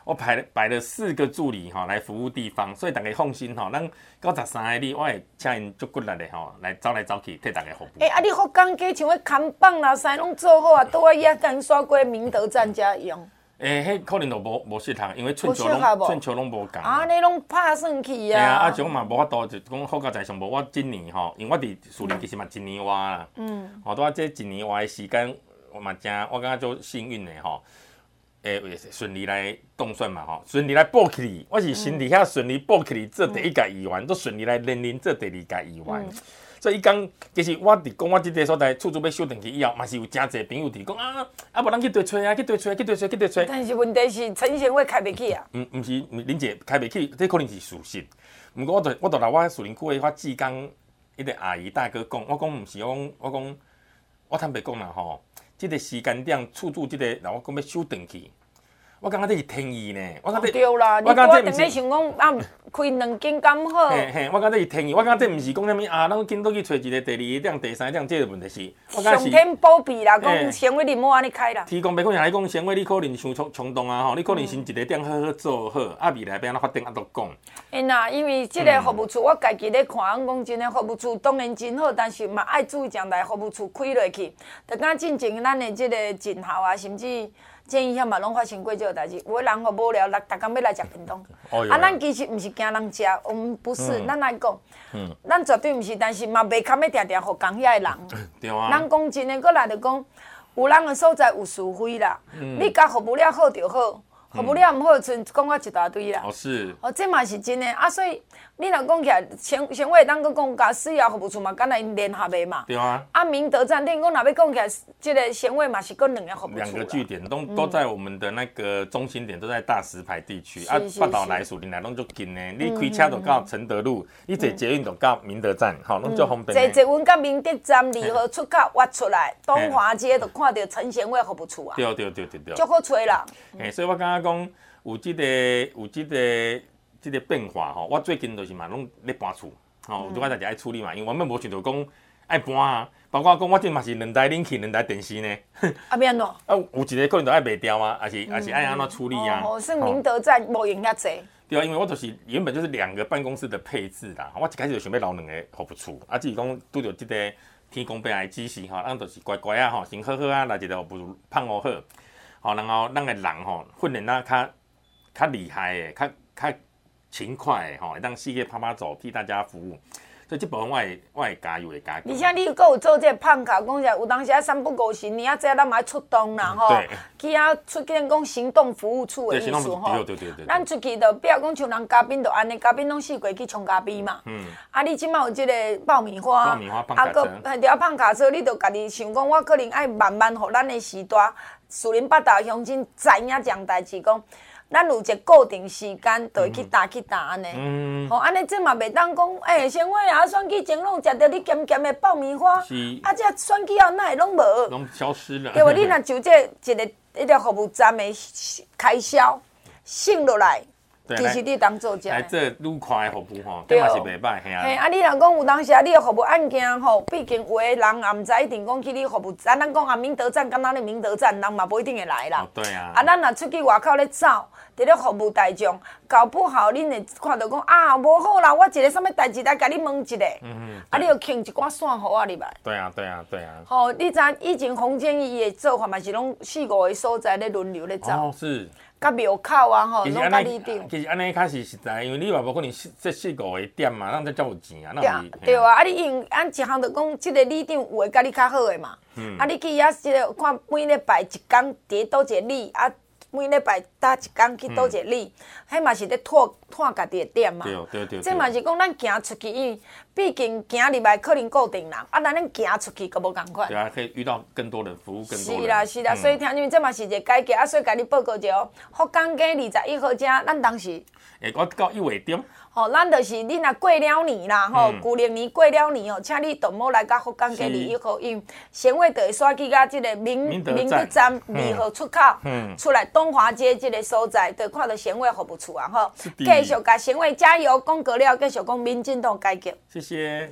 我摆了4个助理来服务地方，所以大家放心咱到13个日，我会请因足骨力的来走来走去替大家服务。 你福冈街像迄看板啦，啥拢做好啊，倒去遐甲因刷过明德站遮用。 迄可能就无适合，因为寸球拢无共。 啊，你拢拍算去啊？ 嘿啊，种嘛无法度，就讲好佳在上无。我今年因为我伫树林其实嘛1年外啦。拄啊这1年外的时间，我感觉足幸运的顺利来动算嘛顺利来报起，我是身伫遐顺利报起做第1届议员，都顺利来连任做第2届议员。所以伊讲，其实我伫讲我即个所在，厝主要收回去以后，嘛是有真侪朋友伫讲无咱去对找啊，去对找。 但是问题是陈贤伟开袂起啊。 毋是林姐开袂起，这可能是事实。毋过我就来我树林区的志工迄个阿姨大哥讲，我讲毋是，我讲我坦白讲啦即个时间点，厝主即个，我讲要收回去。我感觉这是天意呢， 对啦，你我等下想讲开2间咁好。 嘿，我感觉这是天意，我感觉这毋是讲啥物咱紧倒去找一个第2个点、第3个点，这个问题是，我感觉是上天保庇啦，讲贤伟你莫安尼开啦。 天公伯可能来讲，贤伟你可能伤冲动啊你可能先一个点好好做好，未来要安怎发展都讲。 因为即个服务处我家己咧看，讲真诶，服务处当然真好，但是嘛爱注意将来服务处开落去，就讲进前咱的即个进校啊，甚至。建议遐嘛拢发生过这个代志，有的人无聊，逐工要来食便当。咱其实毋是惊人食，我们不是，咱来讲，咱绝对毋是，但是嘛袂堪要定定互讲遐的人。 对啊。 咱讲真诶，搁来就讲，有人的所在有是非啦，你甲服务了好就好，服务了毋好，剩讲啊一大堆啦。 是。 这嘛是真诶，所以你若讲起来，先话当搁讲，甲四校服务处嘛，敢若因联合的嘛。 对啊。 明德站顶，讲若要讲起来，这个先话嘛是搁2个服务处。 2个据点都在我们的那个中心点，都在大石牌地区八岛来树林来拢足近呢。你开车就到承德路，你坐捷运就到明德站，拢足方便。 坐阮到明德站2号出口挖出来，东华街就看到陈贤伟服务处啊。 对。 足好找啦。 所以我感觉讲有这个变化我最近就是嘛拢咧搬厝有我大家爱处理嘛，因为我们无想到讲爱搬啊，包括讲我这嘛是2台冷气、2台电视呢。 要安怎？ 有一个可能就爱卖掉啊，还是爱安怎处理啊？ 算明德站无用遐济。 对啊，因为我就是原本就是2个办公室的配置啦，我一开始就想要留2个服务处，只是讲拄着这个天公伯来指示咱就是乖乖先好好来一个服务处放好，然后咱个人训练较厉害的、较勤快的会当4个拍走替大家服务，所以这部分我会加油。而且你阁有做这个胖卡，讲起来有当时3不5时，你啊这咱嘛出动啦去遐出现讲行动服务处的意思对。 咱出去就比如讲像人嘉宾就安尼，嘉宾拢4过去冲咖啡嘛。你即摆有这个爆米花， 搁条胖卡车，你就家己想讲，我可能爱慢慢互咱的时代，树林八大乡亲知影一件代志讲。咱有一个固定时间，就会去打安尼。安尼这嘛袂当讲，先伟啊，选举前拢有食到你咸咸的爆米花，这选举后哪会拢无？ 拢消失了。 对无？你若就这一个服务站的开销省落来，其实你当做这。 来做愈快的服务这嘛是袂歹， 你若讲有当时你的服务案件毕竟有的人也毋知一定讲去你服务站，咱讲明德站，敢若咧明德站，人嘛不一定会来啦。 对啊。 咱若出去外口咧走。伫咧服务大众，搞不好恁会看到讲无好啦，我一个啥物代志来甲你问一个，你就牵一寡线互我入来。 对啊。 你知以前洪建义的做法嘛是拢4、5个所在咧轮流咧走。 是。 甲庙口啊拢甲你定。 其实安尼较是实在，因为你话无可能这4、5个点嘛，咱才较有钱啊。 对啊，你因一项就讲，即个里长有诶甲你较好诶嘛。你去遐即个看每礼拜1天伫倒一个里每礼拜搭1天去倒一个里，迄嘛是咧探家己的店嘛。 对。 这嘛是讲咱行出去，因为毕竟行入来可能固定人，咱行出去ก็无共款。 对啊，可以遇到更多人，服务更多人。 是啦，所以听因为这嘛是一个改革所以甲你报告者福冈街21号遮，咱当时。 我到1月中。 咱就是你若过了年啦，旧历年过了年请你同某来到福冈街21号，因为先话就会刷去到这个明德站2号出口，出来东华街这个所在，就看到先话服务处啊继续甲先话加油，讲过了，继续讲民进党改革。 谢谢。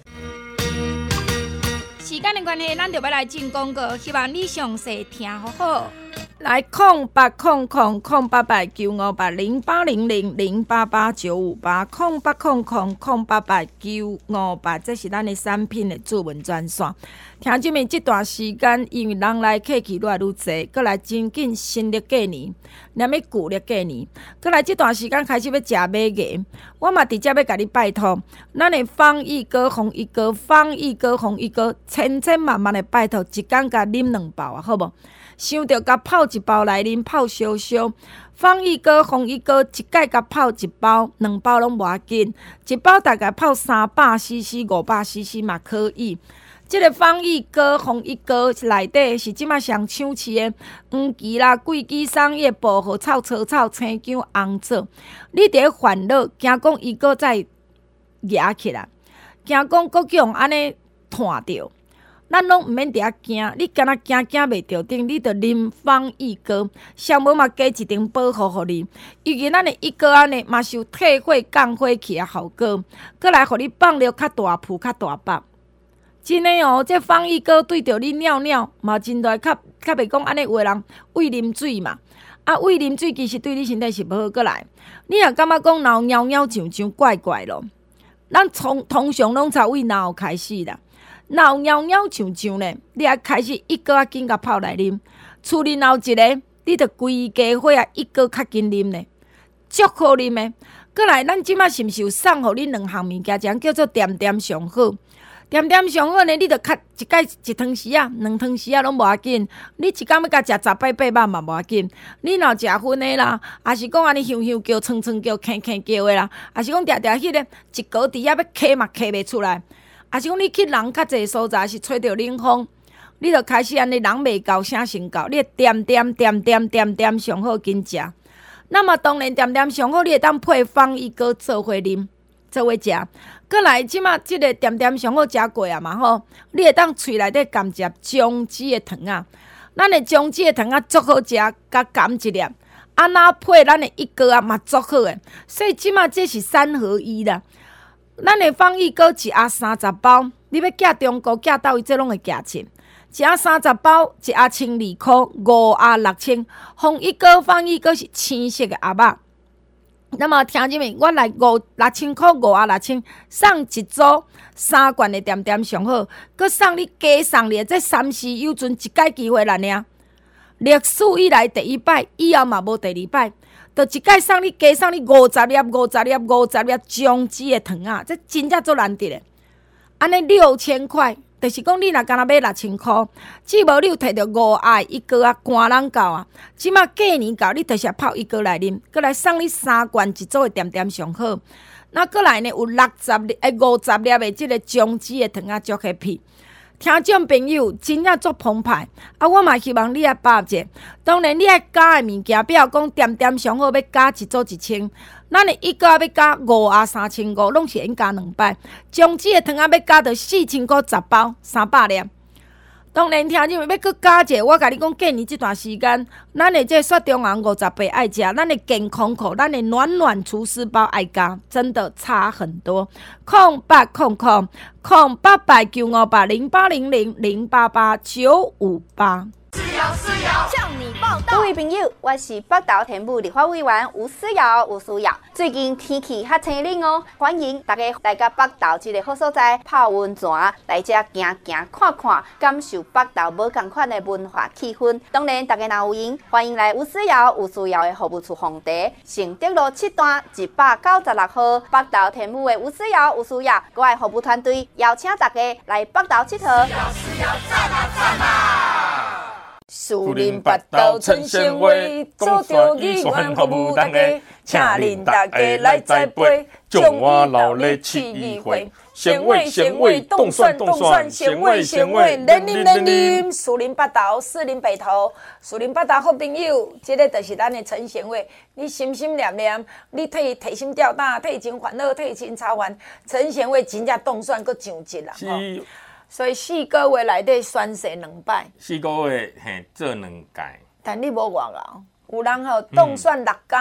时间的关系，咱就要来进广告，希望你详细听好好。 来0800-958-958，0800-958，这是咱的产品的主文专线。听这边这段时间，因为人来客去愈来愈侪，过来真紧新历过年，连要旧历过年，过来这段时间开始要食马牙，我嘛直接要甲你拜托，咱的方益哥、弘益哥、方益哥、弘益哥，千万的拜托，一天甲啉2包啊，好无？想着甲泡1包来啉，泡烧烧。方益哥、弘益哥，一届甲泡1包，2包拢无要紧，一包大概泡300cc、500cc 嘛可以。这个方益哥、弘益哥内底是即马上抢市的黄芪啦、桂枝、桑叶、薄荷草、草草、青姜、红枣。你伫咧烦恼，惊讲伊搁再压起来，惊讲搁叫人安尼拖着。咱拢毋免伫遐惊，你敢若惊袂着顶，你着啉方益哥，上无嘛加一层保护互你。尤其咱的益哥安尼嘛是有退火降火气的效果，搁来互你放了较大脯较大腹。真诶哦，这方益哥对着你尿尿嘛真大，较袂讲安尼有诶人胃啉水嘛。啊，胃啉水其实对你身体是无好。过来，你若感觉讲脑尿尿上怪怪咯，咱通常拢才胃脑开始啦。闹尿尿上呢，你也开始一个紧甲泡来啉，厝里闹一个，你着规家伙一个较紧啉呢，足好啉的。过来，咱即马是毋是有送互你2项物件，一项叫做点点上好。点点上好呢，你着较一摆1汤匙啊，2汤匙啊拢无要紧。你一工要甲食10摆8嘛无要紧。你若食薰的啦，还是讲安尼香香叫、蹭蹭叫、吭吭叫的啦，还是讲定定迄个一高伫遐要咳嘛咳袂出来。还是讲你去人较济所在是吹着冷风，你就开始安尼人袂够啥先够，你点上好紧食。那么当然点上好，你会当配方益哥做伙啉，做伙食。过来即马即个点上好食过啊嘛吼，你会当喙内底含食姜子的糖啊，咱的姜子的糖啊足好食，甲含一粒，安那配咱的益哥啊嘛足好诶。所以即马这是3合1啦。咱的方益哥一盒30包，你要寄中国寄到位，这拢会价钱。一盒30包，一盒1200块，5盒6000。方益哥、方益哥是青色的盒仔。那么听入面，我来6000块，5盒6000，送一组3罐的点点上好，佮送你加送你这3时有存一届机会啦尔。历史以来第1摆，以后嘛无第2摆。就一届送你加送你50粒姜子的糖啊，这真正足难得的。安尼6000块，就是讲你若干若买6000块，只无你有摕着5盒一个啊，寒人到啊。即马过年到，你就是泡一个来啉，佮来送你3罐一组的点点上好。那过来呢有50粒、50粒的即个姜子的糖啊，足 happy。听众朋友真正足澎湃，啊！我嘛希望你也把握者。当然，你爱加的物件，比如讲点点上好要加一组1000，咱的一个要加5盒3500，拢是应加2摆。姜子的糖啊要加到4000块10包300粒。当然，听众要搁加者，我甲你讲，过年这段时间，咱的这雪中红58爱食，咱的健康口，咱的暖暖厨师包爱加，真的差很多。0800-958-0800-0888-958。 向你报道。各位朋友，我是北投田埔立法委员吴思瑶，吴思瑶。最近天气较清冷哦，欢迎大家来到北投这个好所在泡温泉，来这行行看看，感受北投无同款的文化气氛。当然，大家若有闲，欢迎来吴思瑶的服务处访茶，承德路7段196号，北投田埔的吴思瑶，我的服务团队邀请大家来北投佚佗。 树林北投春鲜花，做着议员服务大家，请恁大家来栽培，种我老咧市议会。鲜味，冻蒜，鲜味，连啉。 树林北投，士林北投，树林北投好朋友，这个就是咱的陈鲜味。你心心念念，你替心吊胆，替情烦恼，替情操烦，陈鲜味真正冻蒜搁上一啦。所以4个月内底宣誓2摆，4 个月做2届。 但你无外熬，有人冻蒜6天，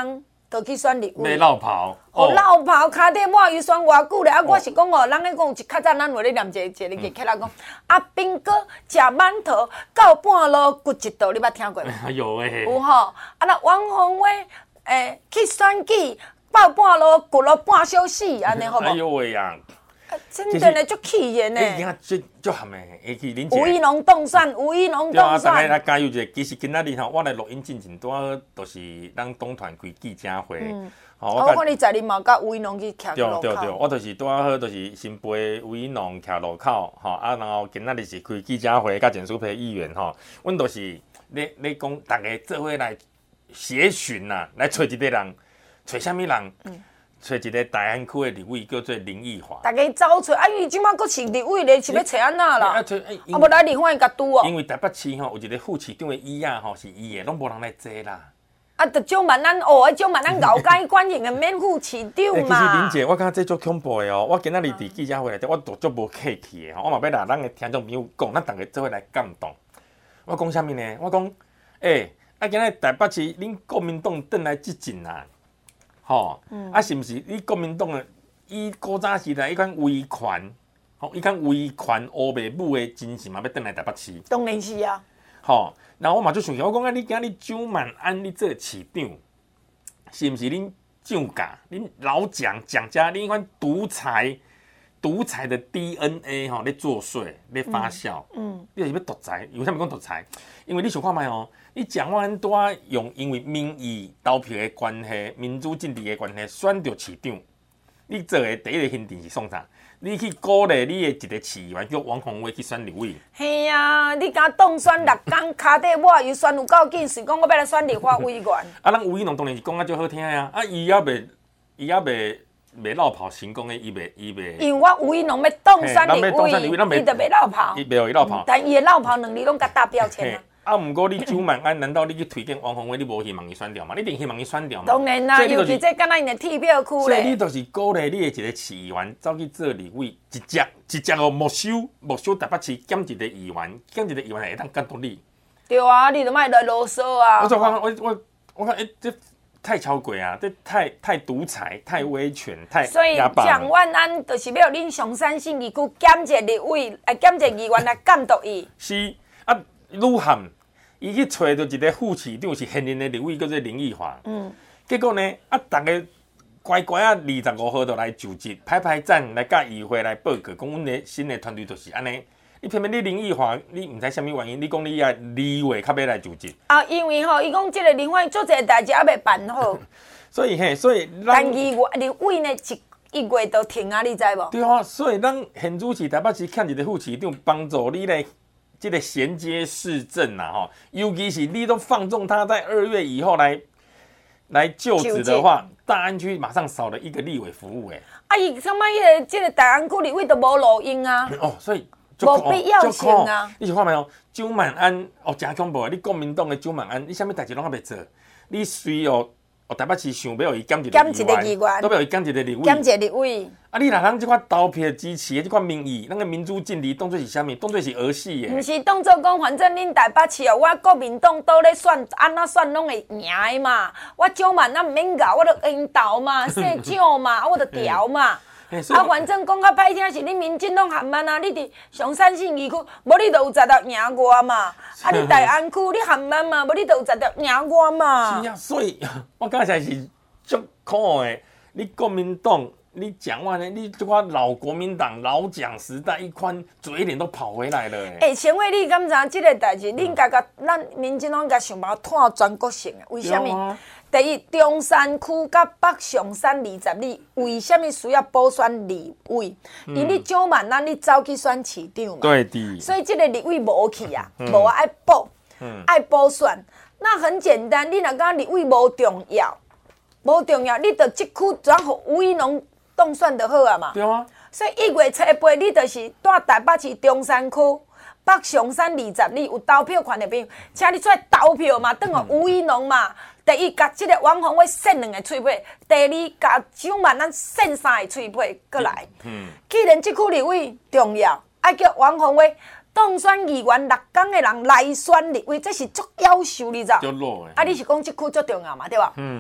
就去选立委。 要落跑。 哦，落跑骹底抹油选偌久咧？啊，我是讲哦，人咧讲有一较早咱话咧念一个日起来讲，啊，兵哥食馒头到半路骨一道，你捌听过无？ 有诶。 有吼，啊那王宏威去选举到半路骨了半小时，安尼好无？ 哎呦喂呀！ 真正的足气人呢。 哎，足含诶，会去恁吴怡农当选，吴怡农当选。 对啊，大家来加油一下。其实今仔日吼，我来录音进前，拄好就是咱党团开记者会。我看你在你嘛，甲吴怡农去徛路口。 对，我就是拄好就是先陪吴怡农徛路口，然后今仔日是开记者会，甲简书培议员吼，阮就是咧讲，大家做伙来协寻呐，来找一个人，找啥物人？找一个大安区的立委叫做林奕华。 大家走找，因为即摆佫是立委咧，是要找安那啦？无来立法院甲拄哦。 因为台北市吼有一个副市长的椅仔吼是伊的，拢无人来坐啦。 啊，就奖万咱奖万咱劳改管型的免副市长嘛。 其实林姐，我感觉这足恐怖的哦。我今仔日伫记者会内底，我都足无客气的吼。我嘛要来咱的听众朋友讲，咱大家做伙来感动。我讲啥物呢？我讲，今仔台北市恁国民党转来执政啊。是毋是？你国民党啊，伊古早时代，伊款威权，伊款威权乌白母的精神嘛，要转来台北市。 当然是啊。 然后我嘛就想起，我讲你今日蒋万安你做市长，是毋是恁蒋家、恁老蒋家，恁款独裁的 DNA 咧作祟、咧发酵。你是要独裁？为啥物讲独裁？因为你想看觅哦。你蒋万安拄啊用因为民意投票的关系、民主政治的关系选到市长，你做的第一个行程是创啥？你去鼓励你的一个市议员叫王宏威去选立委。 嘿啊，你敢当选6天，骹底抹油选有够紧，是讲我要来选立法委员。 啊，咱吴怡农当然是讲啊，足好听啊。啊，伊也袂落跑成功的，伊袂。 因为我吴怡农要当选立委，伊就袂落跑。 伊袂互伊落跑。 但伊的落跑能力拢甲打标签啊。 毋过你蒋万安，难道你去推荐王宏威，你无希望伊选掉嘛？你一定希望伊选掉嘛？ 当然啦，尤其这敢若因的铁票区咧。 所以你就是鼓励你的一个市议员走去做立委，一只哦没收台北市减一个议员，减一个议员会当监督你。 对啊，你就莫来啰嗦啊！ 我看，这太超过啊！这太独裁、太威权、太所以蒋万安就是要恁上山信义区减一个立委，减一个议员来监督伊。 是啊，愈喊。伊去找到一个副市长是现任的立委，叫做林奕华。结果呢，大家乖乖25号就来就职，排站来甲议会来报告，讲阮的新的团队就是安尼。你偏偏你林奕华，你毋知啥物原因，你讲你啊2月较要来就职。 因为伊讲即个立法做一个代志还未办好。 所以但立委呢1月就停啊，你知无？ 对啊，所以咱现主市台北市欠一个副市长，帮助你来。这个衔接市政尤其是你都放纵他在2月以后来就职的话，大安区马上少了一个立委服务伊什么这个大安区立委都无路用啊？ 所以无必要性啊！ 你是看没有？蒋万安真恐怖！你国民党的蒋万安，你啥物代志拢还袂做？你随台北市想要伊减一个议员，都要伊减一个立委， 减一个立委。 你若咱即款投票支持的即款民意，咱个民主政治当作是啥物？当作是儿戏的。 毋是当作讲，反正恁台北市我国民党倒咧选，安怎选拢会赢的嘛。我蒋万安毋免搞，我就引导嘛，姓蒋嘛，我就调嘛。反正讲较歹听是恁民进党含慢啊，你伫上山信义区，无你就有10条赢我嘛。你大安区你含慢嘛，无你就有10条赢我嘛。 是啊，所以我刚才是足苦的。你国民党，你蒋万安，你这款老国民党、老蒋时代一款嘴脸都跑回来了。 陈伟，你敢知即个代志？恁咱民进党想办法拓全国性的，为什么？第一，中山区甲北上山20里，为什么需要补选立委？因为你蒋万安你走去选市长嘛， 对的。 所以这个立委无去啊，无爱补，爱补选。那很简单，你若讲立委无重要，你就这区转互吴怡农当选就好啊嘛。 对啊。 所以1月7日，你就是在台北市中山区北上山20里有投票权的朋友，请你出来投票嘛，等于吴怡农嘛。第一，甲即个王宏威扇2个喙皮；第二，甲蒋万安扇3个喙皮，过来。既然这区立委重要，爱叫王宏威当选议员6天的人来选立委，这是足夭寿，你知道？ 足弱的。 你是讲这区足重要嘛，对吧？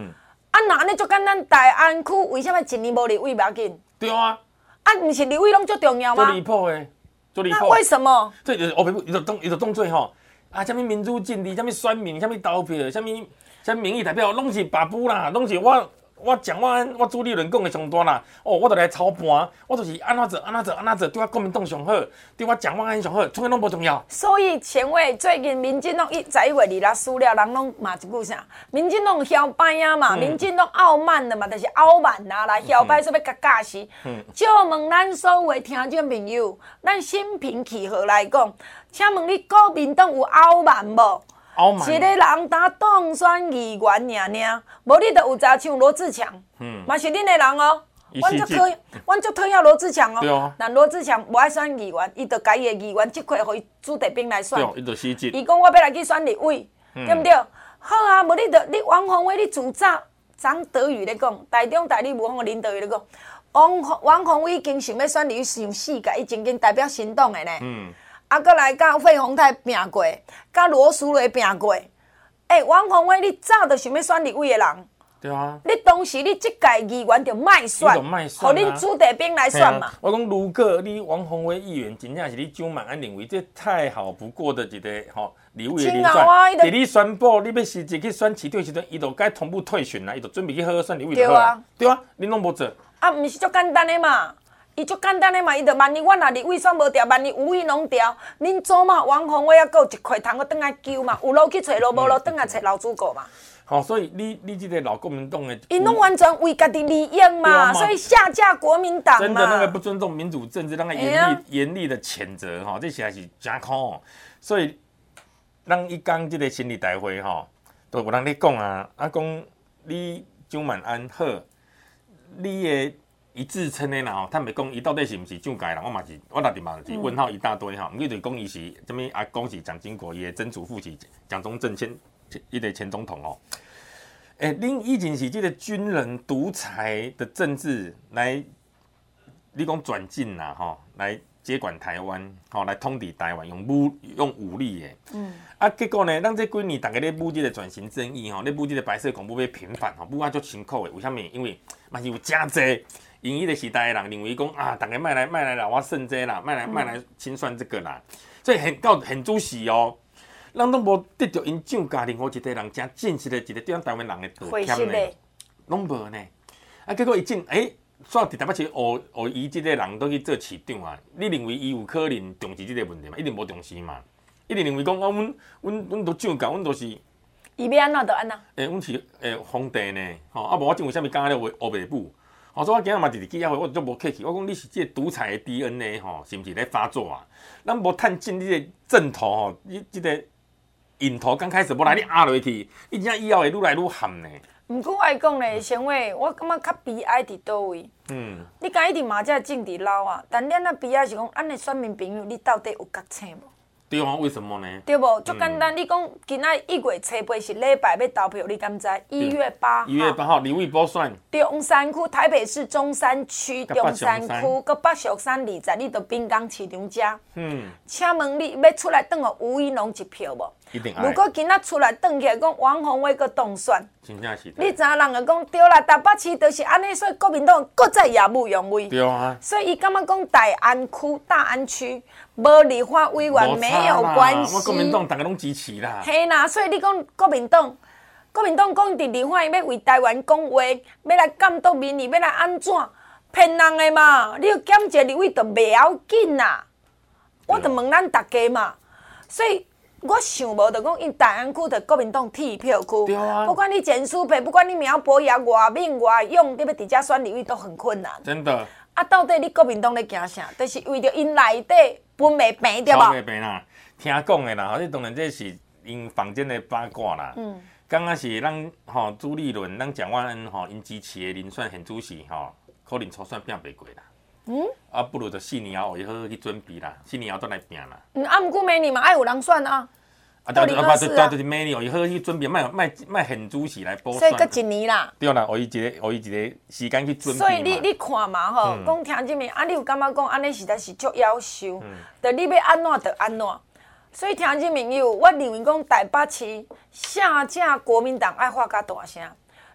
那安尼足简单，大安区为什么一年无立委不要紧？ 对啊， 毋是立委拢足重要吗？ 足离谱的，足离谱。 那为什么？ 这就是黑白布，伊就当做吼啊，什么民主政治，什么选民，什么投票，什么民意代表，拢是白布啦，拢是我蒋万安，我朱立伦讲的上大啦。哦，我就来操盘，我就是安怎做，对我国民党上好，对我蒋万安上好，从来拢无重要。 所以前卫最近民进党11月2日输了，人拢骂一句啥？民进党嚣摆啊嘛，民进党傲慢的嘛，就是傲慢啊啦，嚣摆说要甲驾死。就问咱所有的听众朋友，咱心平气和来讲，请问你国民党有傲慢无？一个人打当选议员尔，无你就有查像罗志强，嘛是恁的人哦。阮足讨厌罗志强哦。但罗志强无爱选议员，伊就家己的议员职权，互伊朱德斌来选。 伊就死职。 伊讲我要来去选立委，对毋对？好啊，无你王宏伟，你自早张德宇咧讲，台中大理无林德宇咧讲，王宏伟已经想要选立委上4届，伊曾经代表新党的呢。搁来甲费鸿泰拼过，甲罗淑蕾拼过。王宏伟，你早就想要选立委的人。 对啊。 你当时你这届议员就卖选，互恁朱德斌来选嘛。 我讲，如果你王宏伟议员真正是你蒋万安认为这太好不过的一个立委的人选，伫你宣布你要辞职去选市长时阵，伊就该同步退选啦，伊就准备去好好选立委就好啦。对啊，你拢无做。 毋是足简单的嘛。伊足简单的嘛，伊就万一我若立委选无调，万一吴怡农调，恁祖嘛王宏伟还佫有一块通，佫倒来救嘛，有路去找路，无路倒来找老主顾嘛。 所以你这个老国民党的， 因拢完全为家己利益嘛，所以下架国民党嘛。 真的那个不尊重民主政治，让他严厉的谴责这实在是真可恶。所以，咱一讲这个成立大会都有人咧讲啊，讲你蒋万安好，你的。伊自称的啦坦白讲，伊到底是毋是蒋介人？我那直嘛是问号一大堆毋过就是讲伊是什么讲是蒋经国，伊的曾祖父是蒋中正前总统恁以前是这个军人独裁的政治来，你讲转进啦来接管台湾来统治台湾，用武力的。结果呢，咱这几年大家咧舞这个转型正义咧舞这个白色恐怖要平反舞啊足辛苦的，为什么？因为嘛是有真济。因迄个时代的人认为讲大家卖来啦，我算这啦，卖来清算这个啦，所以很主席咱都无得到因蒋家任何一个人真正式的一个对咱台湾人的道歉呢，拢无呢。结果伊进煞伫台北市学伊即个人都去做市长啊，你认为伊有可能重视即个问题吗？一定无重视嘛，一定认为讲阮都蒋家，阮都是。 伊要安怎就安怎。 阮是皇帝呢，无我认为啥物讲咧学袂母。所以我今日嘛，伫记者会，我就无客气。我讲你是这个独裁的 DNA 是毋是咧发作啊？咱无探进你个阵头你这个引头刚开始无来你压落去，你真正以后会愈来愈含呢。 毋过爱讲咧，成伟，我感觉较悲哀伫倒位？你敢一直骂这政治老啊？但咱啊悲哀是讲，咱的选民朋友，你到底有觉醒无？ 对啊，为什么呢？ 对无，足简单。你讲今仔1月初8是礼拜要投票，你敢知？1月8号。1 月8号立委补选。 中山区台北市中山区中山区佮北松山20，你到滨江市场遮。请问你要出来等互吴怡农一票无？ 一定爱。 如果今仔出来等起来讲王宏伟佮当选， 真正是。 你知影人就讲对啦，台北市就是安尼，所以国民党搁再耀武扬威。 对啊。 所以伊感觉讲大安区无立法委员没有关系。 我国民党大家拢支持啦。 嘿啦，所以你讲国民党讲伫立法院要为台湾讲话，要来监督民意，要来安怎？骗人的嘛！你要检一立委就袂要紧啦。我就问咱大家嘛，所以。我想无，就讲因大安区就国民党铁票区，不管你简书培，不管你苗博雅、外敏、外勇，你要伫遮选立委都很困难。 真的。 到底你国民党咧惊啥？就是为着因内底分袂平，对吧？ 分袂平啦，听讲的啦，这当然这是因坊间的八卦啦。刚刚是咱朱立伦、咱蒋万安因支持的人选现主席可能初选拼袂过啦。不如就4年后，伊好去准备啦，4年后再来拼啦。 毋过明年嘛，爱有人选啊。 就是明年，伊好去准备，卖现主席来补选。 所以搁1年啦。 对啦，予伊一个时间去准备。 所以你看嘛讲听这面，你有感觉讲安尼实在是足夭寿，就你要安怎就安怎。所以听这朋友，我认为讲台北市下架国民党爱发较大声。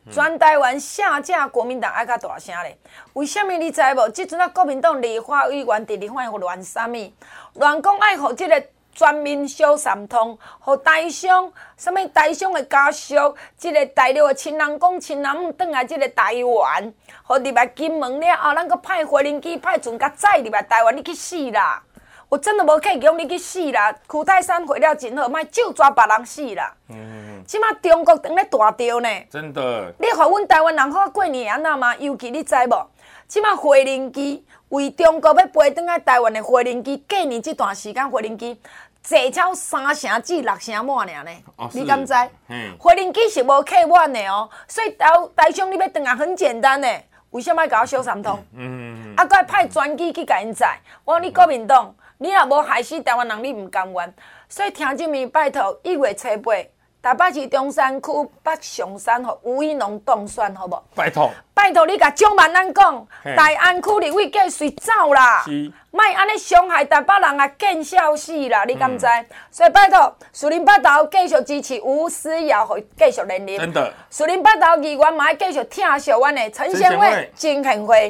全台湾下架国民党爱较大声咧。为什么你知无？即阵国民党立法委员伫立法院乱啥物？乱讲爱互即个全民小三通，互台商什么台商的家属，即个大陆的亲人公亲人母转来即个台湾，互入来金门了后，咱阁派飞轮机派船甲载入来台湾，你去死啦！我真的无客气，你去死啦！苦泰山毁了真好，莫就抓别人死啦！即马中国等咧大钓呢， 真的。 你互阮台湾人好过年安那吗？尤其你知无？即马飞轮机为中国要飞转来台湾的飞轮机，过年这段时间飞轮机坐超3成至6成满尔呢。你敢知？飞轮机是无客满的哦，所以台商你要转来很简单的。为什么要甲我小三通？啊，搁派专机去甲因载。我讲你国民党，你若无害死台湾人，你唔甘愿。所以听这面拜托，1月初8。台北市中山区北上山和吴怡农当选，好无？ 拜托， 拜托你甲蒋万安讲，大安区立委继续走啦，莫安尼伤害台北人啊，见笑死啦！你敢知？所以拜托，树林北投继续支持吴思瑶，互继续连任。 真的， 树林北投议员嘛要继续听小阮的陈贤惠、金庆辉。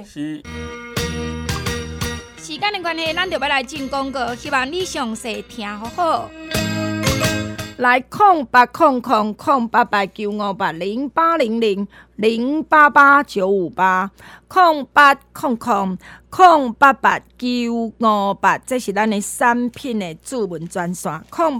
时间的关系，咱就要来进广告，希望你详细听好好。 来0800-088-9580800-088-958，这是咱的产品的主文专线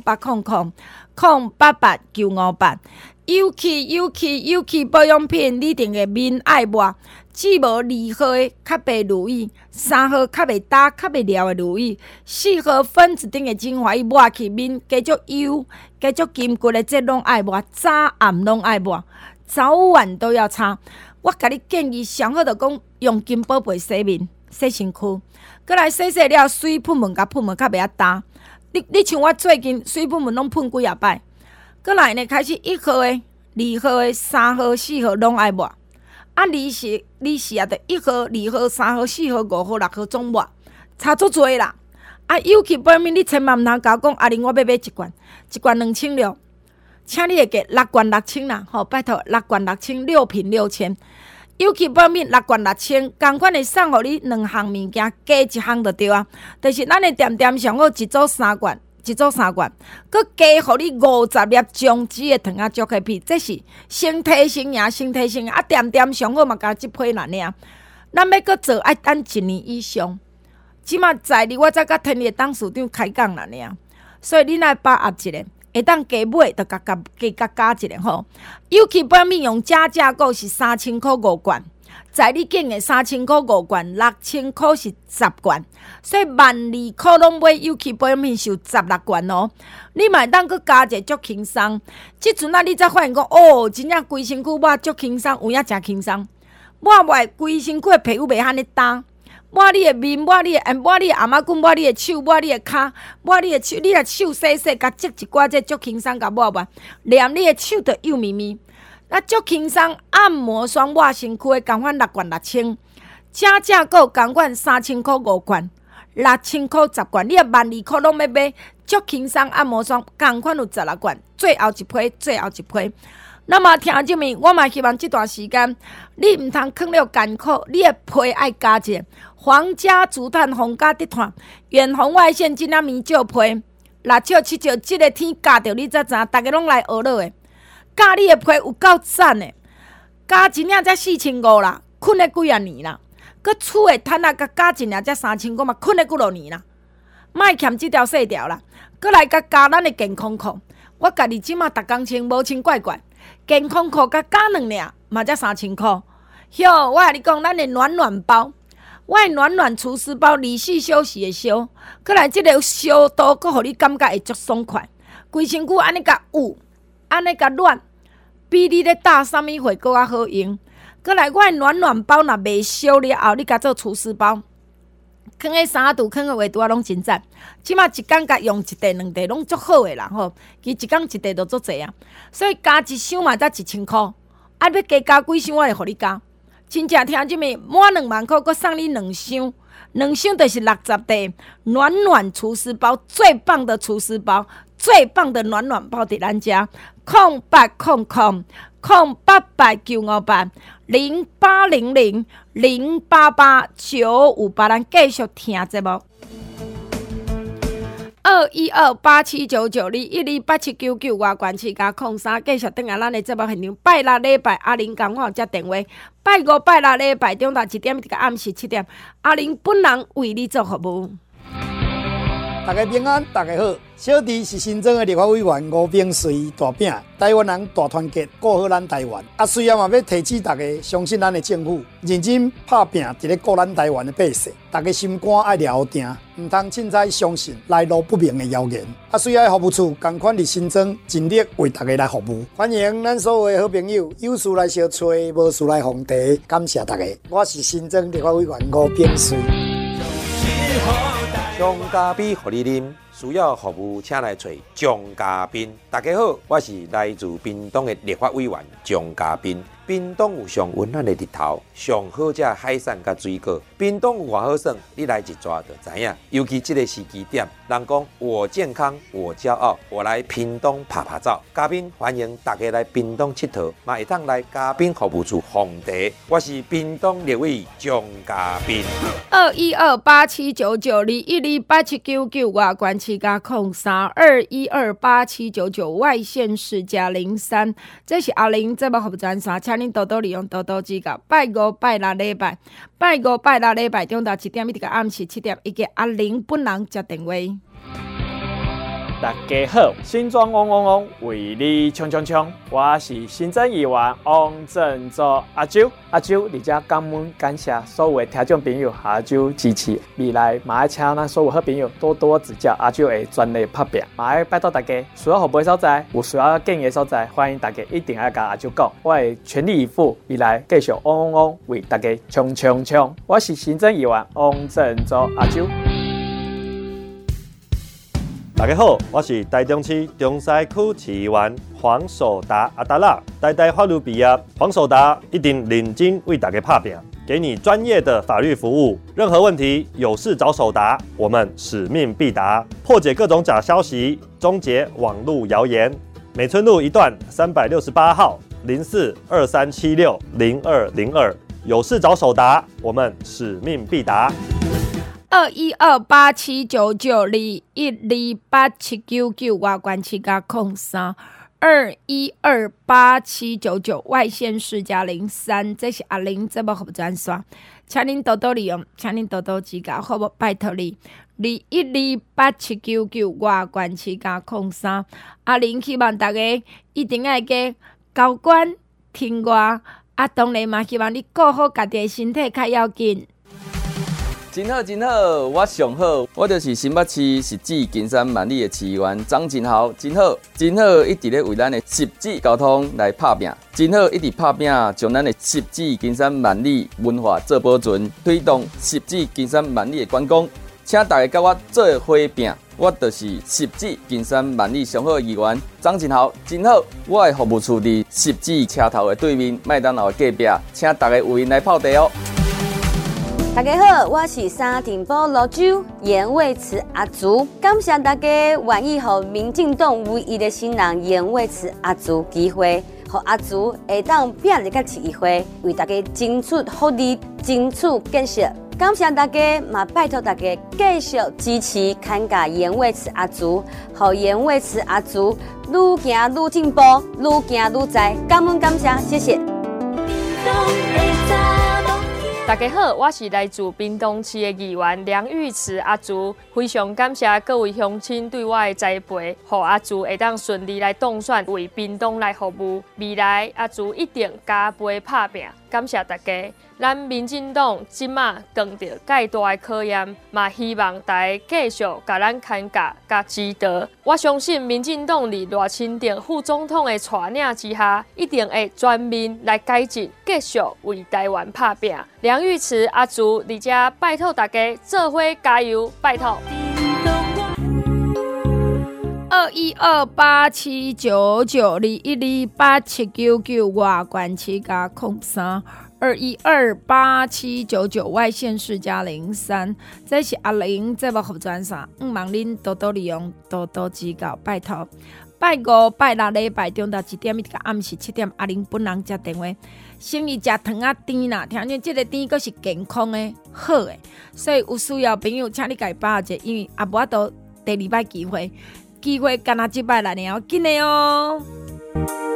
0800-088-958。尤其保养品，你定会面爱抹，只无2号的较袂如意，3号较袂焦、较袂撩的如意，4号粉一顶的精华液抹去面，加足油、加足筋骨的，这拢爱抹，早暗拢爱抹，早晚都要擦。我甲你建议上好就讲用金宝贝洗面、洗身躯，过来洗了水喷门甲喷门较袂遐焦。你像我最近水喷门拢喷几啊摆。过来呢，开始1号的、2号的、3号、4号拢爱抹。你是啊，就1号、2号、3号、4号、5号、6号总抹，差足多啦。尤其保面你千万毋通甲我讲，玲我要买1罐，1罐2600，请你会加6罐6000啦，吼，拜托6罐6000，6瓶6000。尤其保面6罐6000，同款会送互你2项物件，加1项就对啊。就是咱的店上好一组3罐。佮加互你50粒姜子的糖仔巧克力，这是先提升呀，店上好嘛，加即批啦尔。咱要佮做爱等1年以上，即马在哩我才甲天立董事长开讲啦尔。所以你来把握一下，会当加买就加一下吼。尤其保面用假价购是3000块5罐。在你拣的3000块5罐，6000块是10罐，所以12000块拢买有机保养品是有16罐哦。你嘛当佮加一足轻松，即阵你才发现讲哦，真正规身躯抹足轻松，有影真轻松。抹袂规身躯的皮肤袂遐尼焦，抹你的面，抹你的阿妈骨，抹你的手，抹你的骹，抹你的手，你的手洗，甲积一寡这足轻松，甲抹，黏你的手就幼咪咪。那足轻松按摩霜抹身躯的，共款6罐6000，假价购共款3000块5罐，6000块10罐，你12000块拢要买足轻松按摩霜，共款有16罐，最后一批。那么听这面，我嘛希望这段时间你唔通囥了艰苦，你的皮爱加一个皇家竹炭红加地炭，远红外线真啊面照皮，6照7照，这个天加着你才知，大家拢来学了的。教你的皮有够赞的，加一领才4500啦，困了几啊年啦。佮厝的摊啊，佮加一领才3000块嘛，困了几落年啦。莫欠这条细条啦，佮来佮加咱的健康裤。我家己即马逐工穿，无穿怪，健康裤佮加2领嘛才3000块。哟，我甲你讲，咱的暖包，我的暖厨师包，24小时的烧，佮来这个烧度，佮互你感觉会足爽快，规身躯安尼甲有。安尼甲暖，比你咧打啥物货搁较好用。搁来，我的暖包若袂烧了后，你甲做厨师包，放喺3度，放喺画图啊，拢真赞。即马一工甲用1袋2袋拢足好诶啦吼，伊一工1袋就足济啊。所以加一箱嘛才1000块，要加几箱我会互你加。 真正听即面满2万块，佮送你2箱，2箱就是60袋暖暖厨师包，最棒的厨师包，最棒的暖暖包伫咱家0800-0800-0888-0800-088-958，咱继续听节目。212879921287999外关市加03，继续等下咱的节目现场。拜六礼拜阿玲讲话接电话，拜五拜六礼拜中昼1点到暗时7点，阿玲本人为你做服务。 大家平安，大家好。小弟是新庄的立法委员吴秉随大饼，台湾人大团结，顾好咱台湾。虽然嘛要提醒大家，相信咱的政府认真拍拼，伫咧顾咱台湾的百姓。大家心肝爱抓定，唔通凊彩相信来路不明的谣言。需要服务处同款伫新庄尽力为大家来服务。欢迎咱所有的好朋友，有事来相找，无事来逢茶。感谢大家，我是新庄立法委员吴秉随。 将咖啡互你啉，需要服务请来找张嘉宾。大家好，我是来自屏东的立法委员张嘉宾。屏东有上温暖的日头，上好食海产甲水果。屏东有偌好耍，你来一抓就知影。尤其这个时机点，人讲我健康我骄傲，我来屏东拍拍照。嘉宾欢迎大家来屏东佚佗，嘛会当来嘉宾服务处奉茶。我是屏东立委张嘉宾。 212879921287999外关市加03，2128799外县市加03，这是阿玲节目服务专线，请您多多利用，多多指教。拜五拜六礼拜中昼1点到暗时7点，以及阿玲本人接电话。 大家好，新庄嗡嗡嗡为你冲冲冲，我是新庄议员王振洲阿周。阿周，而且感谢所有的听众朋友阿周支持，未来嘛要请咱所有好朋友多多指教，阿周会全力拍拼，嘛要拜托大家，需要服务的所在，有需要建议的所在，欢迎大家一定要甲阿周讲，我会全力以赴，未来继续嗡嗡嗡为大家冲冲冲。我是新庄议员王振洲阿周。 大家好，我是台中市中西区市议员黄守达阿达拉。台大法律毕业，黄守达一定认真为大家拍拼，给你专业的法律服务。任何问题有事找守达，我们使命必达，破解各种假消息，终结网络谣言。美村路一段368号0423760202，有事找守达，我们使命必达。 212879921287999外关市加03，2128799外县市加03，这是阿玲节目服务专线，请您多多利用，请您多多指教，好不？拜托你，2128799外关市加03，阿玲希望大家一定要加高管听我，当然嘛，希望你顾好家己的身体较要紧。 真好真好，我上好，我就是新北市汐止金山万里的市议员张金豪，真好真好，一直咧为咱的汐止交通来拍拼，真好一直拍拼，将咱的汐止金山万里文化做保存，推动汐止金山万里的观光，请大家甲我做伙拼。我就是汐止金山万里上好议员张金豪，真好，我的服务处伫汐止车头的对面，麦当劳的隔壁，请大家有闲来泡茶哦。 大家好，我是沙田堡老酒颜味慈阿竹，感谢大家愿意给民进党唯一的新人颜味慈阿竹机会，让阿竹会当拼一个市议会，为大家争取福利，争取建设。感谢大家，嘛拜托大家继续支持看家颜味慈阿竹，让颜味慈阿竹愈行愈进步，愈行愈在。感恩感谢，谢谢。 大家好，我是来自屏东市的议员梁玉慈阿竹，非常感谢各位乡亲对我的栽培，让阿竹会当顺利来当选为屏东来服务。未来阿竹一定加倍拍拼，感谢大家。咱民进党即马碰到介大的考验，嘛希望大家继续甲咱看家甲指导。我相信民进党伫赖清德副总统的带领之下，一定会全面来改进，继续为台湾拍拼。梁玉慈阿竹伫遮拜托大家做伙加油，拜托。 212879921287999外关市加03。 2128799外县市加03，这是阿玲节目服专线，望恁多多利用，多多指教，拜托。拜五、拜六礼拜中昼1點一直到暗時7點，阿玲本人接電話。生意食糖啊甜啦，聽見這個甜佫是健康的、好的，所以有需要朋友，請你家把握者，因為也無法度第二擺機會，敢若這擺來了，緊的哦。